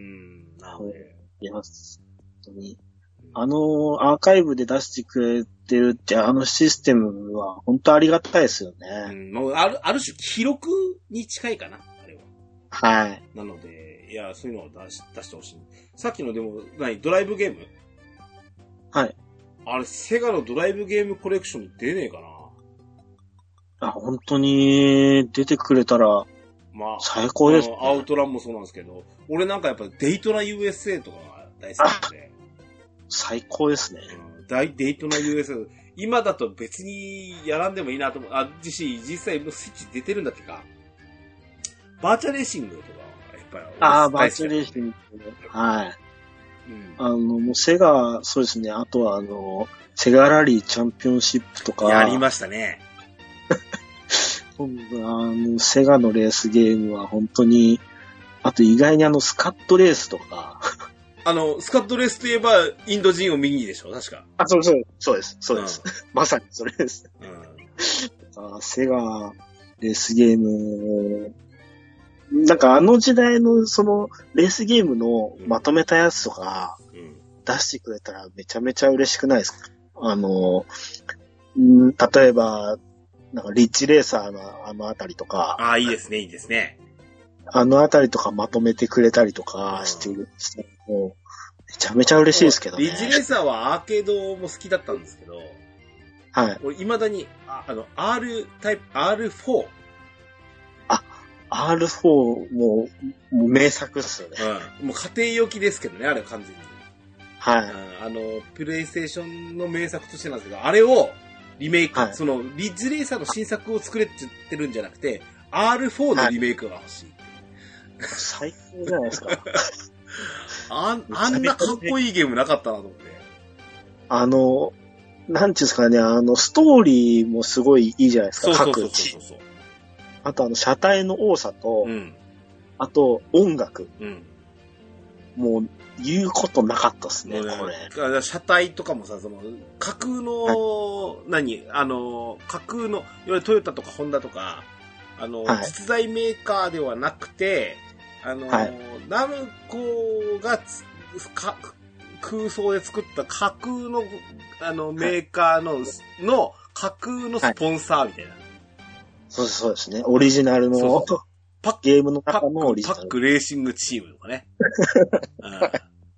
なので。 いや、本当に。あの、アーカイブで出してくれてるって、あのシステムは本当ありがたいですよね。 うん、もうある、ある種記録に近いかな、あれは。 はい。 なので、いや、そういうのを出し、出してほしい。さっきのでも、何、ドライブゲーム？ はい。 あれ、セガのドライブゲームコレクションに出ねえかな。 あ、本当に、出てくれたら、まあ、最高です、ね。 アウトランもそうなんですけど、俺なんかやっぱデイトナ ユーエスエー とかが大好きなんで。 最高ですね。 うん、大デイトナ ユーエスエー。今だと別にやらんでもいいなと思う。あ、実際、実際もうスイッチ出てるんだってか。バーチャレーシングとか、やっぱり。 ああ、バーチャレーシング。はい。うん、あの、もうセガ、そうですね。あとはあの、セガラリーチャンピオンシップとか。 やりましたね。 あの、セガのレースゲームは本当に、あと意外にあの、スカットレースとか。 あの、スカットレースといえば、インド人を右にでしょ確か。 あ、そうそう、そうです、そうです。うん、まさにそれです。うん、あセガレースゲーム、なんかあの時代のその、レースゲームのまとめたやつとか、出してくれたらめちゃめちゃ嬉しくないですか？あの、ん例えば、なんかリッチレーサーのあのあたりとか。 ああ、いいですね、いいですね。 あのあたりとかまとめてくれたりとかしてる。もうめちゃめちゃ嬉しいですけどね。 リッチレーサーはアーケードも好きだったんですけど。 はい。 俺未だに、あ, あの、R タイプ、アールフォー。 あ、アールフォー も、もう名作っすよね。 うん。もう家庭用機ですけどね、あれ完全に。 はい。 あの、プレイステーションの名作としてなんですけど、あれをリメイク、はい、その、リッジレーサーの新作を作れって言ってるんじゃなくて、アールフォー のリメイクが欲しい。 はい、最高じゃないですか。 あ, あんなかっこいいゲームなかったなと思って。 あの、なんていうんですかね、あの、ストーリーもすごいいいじゃないですか、 各地。そうそうそうそう。 あとあの、車体の多さと、 うん、あと音楽。 うん、 もう、言うことなかったっすね、ねこれ。 車体とかもさ、その、架空の、はい、何あの、架空の、いわゆるトヨタとかホンダとか、あの、はい、実在メーカーではなくて、あの、はい、ナムコがか空想で作った架空の、あの、メーカーの、はい、の架空のスポンサーみたいな。はい、 そうそうですね。オリジナルの。そうそうパッゲームの中のオリジナル。 パックレーシングチームとかね。うん、はい。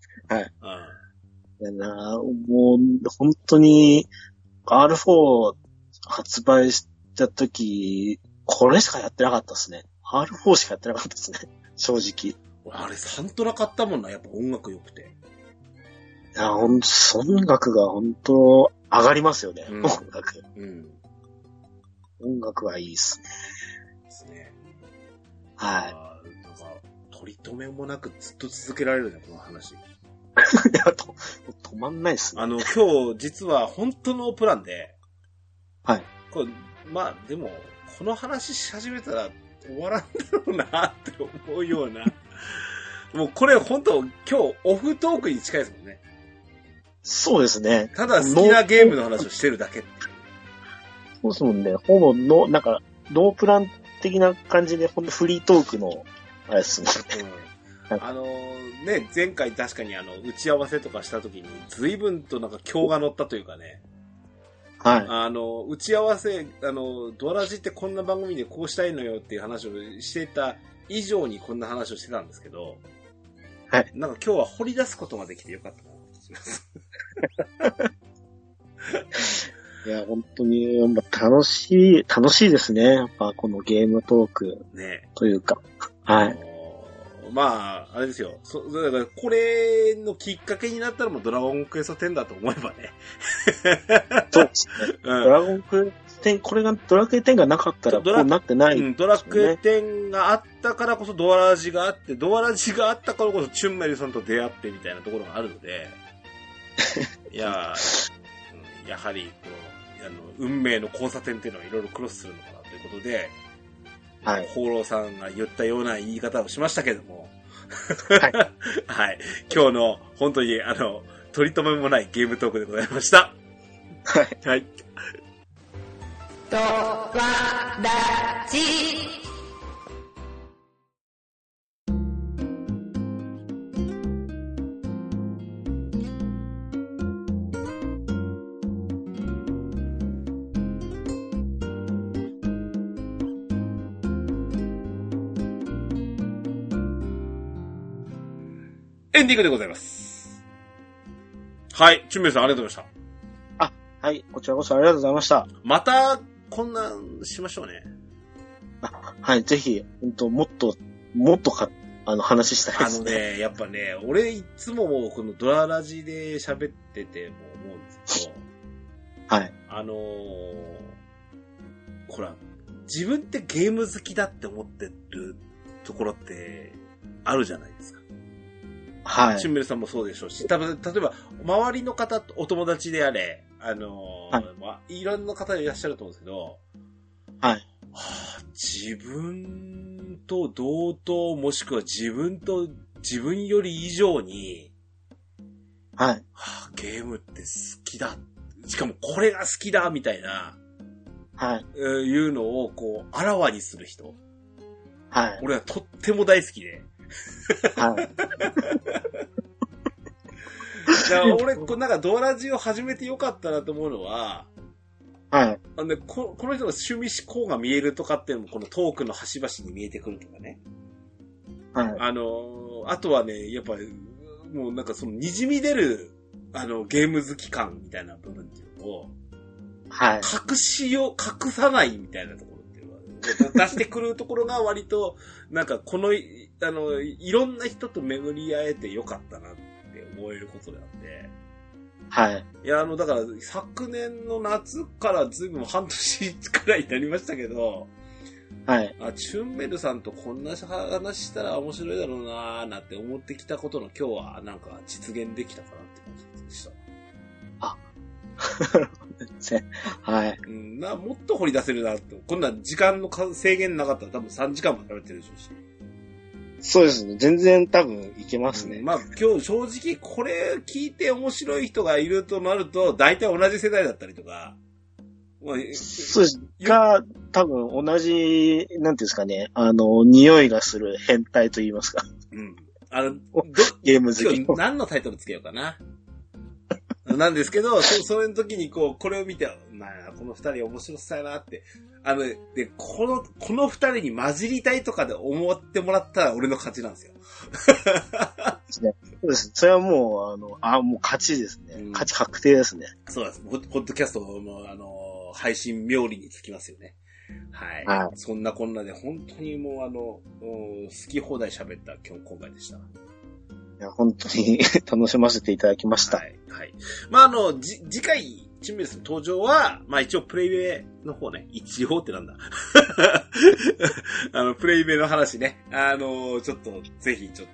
うん。なもう、本当に、アールフォー 発売した時、これしかやってなかったですね。アールフォー しかやってなかったですね。正直。 あれ、サントラ買ったもんな。やっぱ音楽良くて。 いや、ほんと、音楽が本当上がりますよね。うん、音楽。 うん。 音楽はいいですね。 ですね。 はい。 なんか、取り留めもなくずっと続けられるね、この話。いや、と、止まんないっすね。 あの、今日、実は本当のプランで、 はい。 これ、まあ、でも、この話し始めたら終わらんだろうなって思うような。もうこれ本当、今日オフトークに近いですもんね。 そうですね。 ただ好きなゲームの話をしてるだけっていう。 そうですもんね。ほぼの、なんか、ノープラン的な感じで、ほんとフリートークの、あれですね。 うん、あのー、ね、前回確かにあの、打ち合わせとかした時に、随分となんか今日が乗ったというかね。 はい。 あの、打ち合わせ、あの、ドアラジってこんな番組でこうしたいのよっていう話をしてた以上にこんな話をしてたんですけど、 はい。 なんか今日は掘り出すことができてよかったなって気がします。 いや、本当に、楽しい、楽しいですね。やっぱこのゲームトーク。 ね。 というか。はい。 まあ、あれですよ。そ、だから、これのきっかけになったらもうドラゴンクエストテンだと思えばね。 そうですね。うん、ドラゴンクエストテン、これがドラクエテンがなかったらこうなってない、ね、 うん。ドラクエテンがあったからこそドアラジがあって、ドアラジがあったからこそチュンメリさんと出会ってみたいなところがあるので。 いやー、やはりこうあの運命の交差点っていうのはいろいろクロスするのかなということで、はい。放浪さんが言ったような言い方をしましたけども、はい。はい。今日の本当にあの取り留めもないゲームトークでございました。はい。はい。とわらじ。エンディングでございます。はい。チュンメイさんありがとうございました。 あ、はい。こちらこそありがとうございました。 また、こんなんしましょうね。 あ、はい。ぜひ、うんと、もっと、もっとか、あの、話したいですね。 あのね、やっぱね、俺いつももうこのドララジで喋ってても思うんですけど、 はい。 あのー、ほら、自分ってゲーム好きだって思ってるところってあるじゃないですか。 はい。 シンメルさんもそうでしょうし、多分、例えば、周りの方、お友達であれ、あのー、はい、まあ、いろんな方いらっしゃると思うんですけど、 はい。はあ、自分と同等、もしくは自分と、自分より以上に、 はい。 はあ、ゲームって好きだ。しかもこれが好きだ、みたいな、 はい。 いうのを、こう、あらわにする人。 はい。 俺はとっても大好きで。はい。俺、なんかドアラジを始めてよかったなと思うのは、 はい。 あのね、こ, この人の趣味思考が見えるとかっていうのも、このトークの端々に見えてくるとかね。 はい。 あの、あとはね、やっぱり、もうなんかその滲み出る、あの、ゲーム好き感みたいな部分っていうのを、 はい。 隠しよう、隠さないみたいなところっていうのは、出してくるところが割と、なんかこの、あの、いろんな人と巡り会えてよかったなって思えることなんで。 はい。 いや、あの、だから、昨年の夏からずいぶん半年くらいになりましたけど、 はい。 あ、チュンメルさんとこんな話したら面白いだろうなーなんて思ってきたことの今日は、なんか実現できたかなって感じでした。 あ。はい。 うん、な、もっと掘り出せるなって。こんな時間の制限なかったら多分さんじかんも喋ってるでしょうし。 そうですね。全然多分いけますね。 うん、まあ今日正直これ聞いて面白い人がいるとなると、大体同じ世代だったりとか。 まあ、そうです。が、多分同じ、なんていうんですかね、あの、匂いがする変態と言いますか。 うん。あの、 ゲーム好き。 今日何のタイトルつけようかな。なんですけど、そ、それの時にこう、これを見て、まあ、この二人面白そうやなって。あの、で、この、この二人に混じりたいとかで思ってもらったら俺の勝ちなんですよ。 そうです。それはもう、あの、あ、もう勝ちですね。うん、勝ち確定ですね。 そうです。ポッドキャストの、あの、配信冥利につきますよね。はい。はい、そんなこんなで、本当にもうあの、好き放題喋った今日、今回でした。 いや、本当に楽しませていただきました。 はい。はい。まあ、あの、じ、次回、チンメルスの登場は、まあ一応プレイベの方ね、一応ってなんだ。あの、プレイベの話ね、あの、ちょっと、ぜひちょっ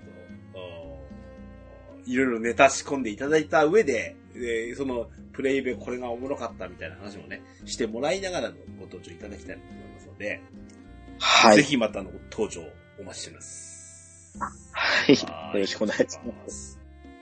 と、いろいろネタ仕込んでいただいた上で、えー、その、プレイベこれがおもろかったみたいな話もね、してもらいながらのご登場いただきたいと思いますので、はい。ぜひまたの登場お待ちしてます。 はい。よろしくお願いします。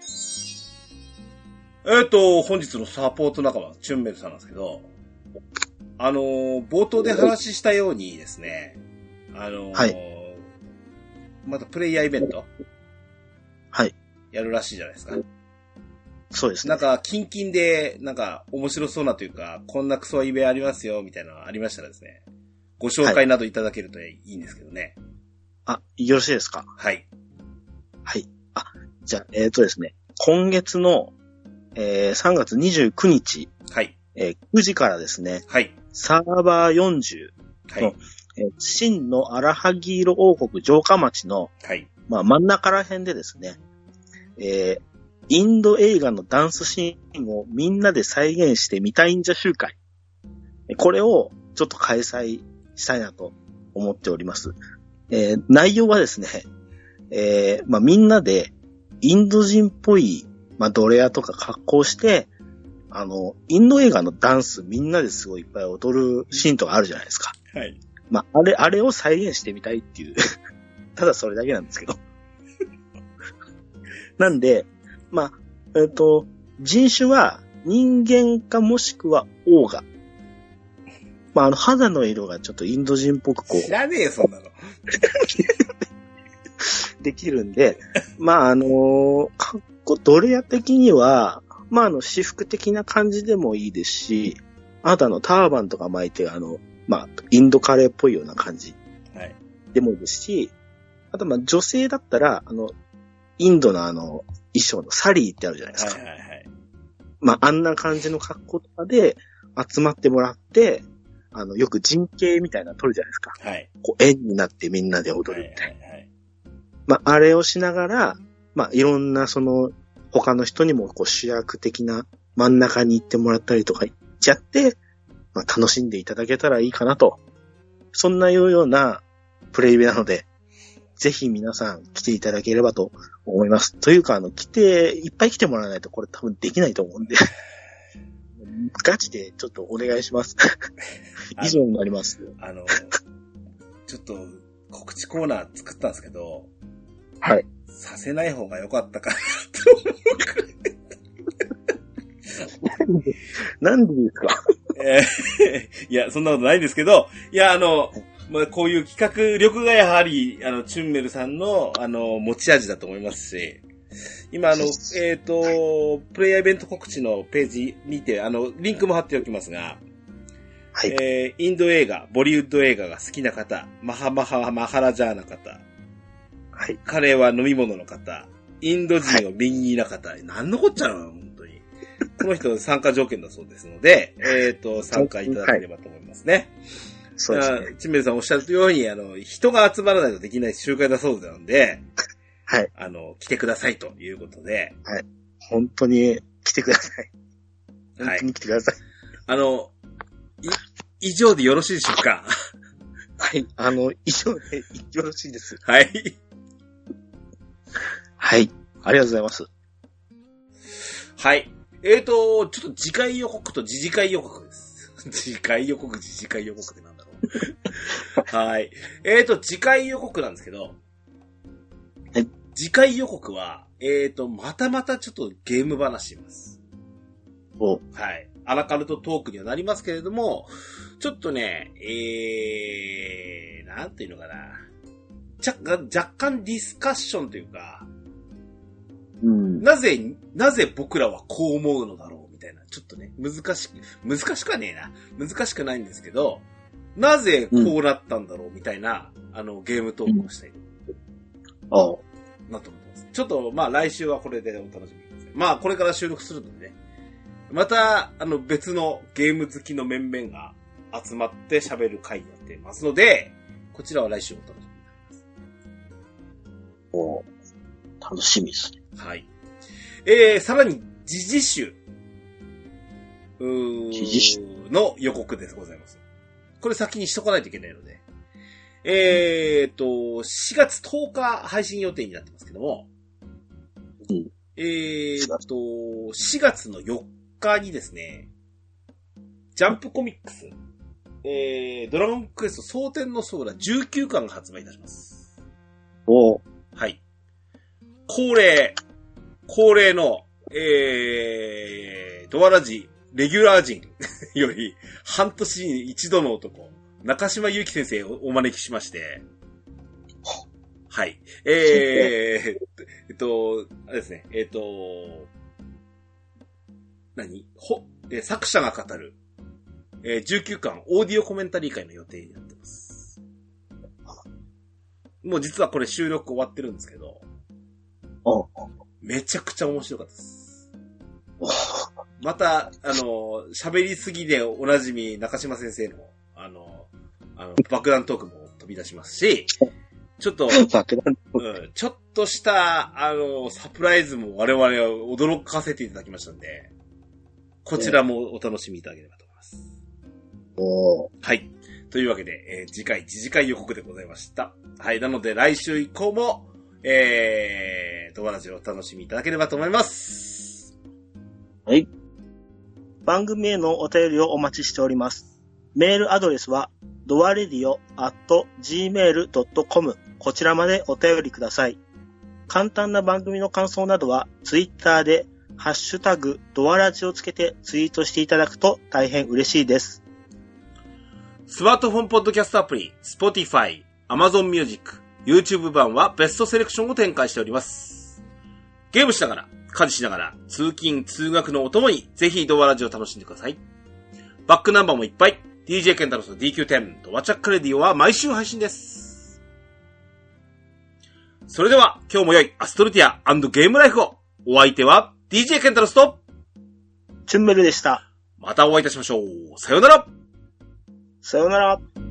えっと、本日のサポート仲間、チュンメルさんなんですけど、あのー、冒頭で話したようにですね、あのー、はい。またプレイヤーイベントはい。 やるらしいじゃないですか。 そうですね。 なんか、キンキンで、なんか、面白そうなというか、こんなクソイベありますよ、みたいなのがありましたらですね、ご紹介などいただけるといいんですけどね。 はい、あ、よろしいですか？ はい。 はい。あ、じゃあ、えっとですね、今月の、えー、さんがつにじゅうくにち、 はい。 えー、くじからですね、 はい。 サーバーよんじゅうの、はい、えー、真の荒萩色王国城下町の、 はい。 まあ、真ん中ら辺でですね、えー、インド映画のダンスシーンをみんなで再現してみたいんじゃ集会。これをちょっと開催したいなと思っております。えー、内容はですね、えー、まあ、みんなでインド人っぽいまあ、ドレアとか格好して、あの、インド映画のダンスみんなですごいいっぱい踊るシーンとかあるじゃないですか。 はい。 まあ、あれ、あれを再現してみたいっていう。ただそれだけなんですけど。なんで、まあ、えっと、人種は人間かもしくはオーガ。まあ、あの、肌の色がちょっとインド人っぽくこう。 知らねえよ、そんなの。 できるんで、まあ、あのー、かっこドレア的には、まあ、あの、私服的な感じでもいいですし、あとあの、ターバンとか巻いて、あの、まあ、インドカレーっぽいような感じ。はい。でもいいですし、あとまあ、女性だったら、あの、インドのあの、衣装のサリーってあるじゃないですか。はいはいはい。まあ、あんな感じの格好とかで集まってもらって、あの、よく陣形みたいなの撮るじゃないですか。はい。こう、円になってみんなで踊るみたいな。はいはいはい。まあ、あれをしながら、まあ、いろんなその、他の人にもこう主役的な真ん中に行ってもらったりとか言っちゃって、まあ、楽しんでいただけたらいいかなと。そんないうようなプレイなので、ぜひ皆さん来ていただければと思います。というか、あの、来て、いっぱい来てもらわないとこれ多分できないと思うんで。ガチでちょっとお願いします。以上になります。 あの、ちょっと告知コーナー作ったんですけど、 はい。 させない方が良かったかなと思う。なんでですかえー、いや、そんなことないんですけど、いや、あの、まあ、こういう企画力がやはり、あの、チュンメルさんの、あの、持ち味だと思いますし、今、あの、えっと、プレイヤーイベント告知のページ見て、あの、リンクも貼っておきますが、はい。えー、インド映画、ボリウッド映画が好きな方、マハマハマハラジャーな方、はい。カレーは飲み物の方、インド人をミニーな方、はい、何のこっちゃなの本当に。この人参加条件だそうですので、えっと、参加いただければと思いますね。はい、そうですね。チンメルさんおっしゃるように、あの、人が集まらないとできない集会だそうなので、はい。あの、来てくださいということで。 はい。本当に来てください。本当に来てください。 はい、あの、い、以上でよろしいでしょうかはい。あの、以上でよろしいです。 はい。 はい。ありがとうございます。 はい。えーと、ちょっと次回予告と次次回予告です。次回予告、次次回予告ってなんだろう。はい。えーと、次回予告なんですけど、はい。次回予告は、えーと、またまたちょっとゲーム話します。 お。 はい。アラカルトトークにはなりますけれども、ちょっとね、えー、なんていうのかな。若若干ディスカッションというか、うん、なぜ、なぜ僕らはこう思うのだろうみたいな、ちょっとね、難しく、難しくはねえな。難しくないんですけど、なぜこうなったんだろうみたいな、うん、あの、ゲームトークをしたい。 ああ。 なと思ってます。ちょっと、まあ来週はこれでお楽しみください。まあこれから収録するのでね、また、あの、別のゲーム好きの面々が集まって喋る回になっていますので、こちらは来週お楽しみください。 お楽しみですね。 はい。えー、さらに、時事集。うー時事集の予告でございます。これ先にしとかないといけないので。えーと、しがつとおか配信予定になってますけども。うん、えーと、しがつのよっかにですね、ジャンプコミックス、えー、ドラゴンクエスト蒼天のソーラじゅうきゅうかんが発売いたします。 おー。 はい。恒例、恒例の、えー、ドアラジ、レギュラー陣より、半年に一度の男、中島祐希先生をお招きしまして、はい。えー、えっと、あれですね、えっと、何ほ、え作者が語る、えー、じゅうきゅうかんオーディオコメンタリー会の予定になってます。もう実はこれ収録終わってるんですけど、めちゃくちゃ面白かったです。また、あの、喋りすぎでおなじみ中島先生の、あの、あの爆弾トークも飛び出しますし、ちょっと、うん、ちょっとした、あの、サプライズも我々は驚かせていただきましたんで、こちらもお楽しみいただければと思います。 おー。 はい。というわけで、えー、次回、次次回予告でございました。はい。なので、来週以降も、えー、ドアラジオをお楽しみいただければと思います。 はい。番組へのお便りをお待ちしております。メールアドレスは、ドアレディオアットジーメールドットコム こちらまでお便りください。簡単な番組の感想などは、ツイッターで、ハッシュタグ、ドアラジをつけてツイートしていただくと大変嬉しいです。 スマートフォンポッドキャストアプリ、Spotify、Amazon Music、YouTube 版はベストセレクションを展開しております。ゲームしながら、家事しながら、通勤、通学のお供に、ぜひドアラジを楽しんでください。バックナンバーもいっぱい。ディージェー ケンタロスの ディーキューテン、ドアチャックレディオは毎週配信です。それでは、今日も良いアストルティア&ゲームライフを。お相手は、ディージェー ケンタロスと、 チュンメルでした。 またお会いいたしましょう。さようなら。 さようなら。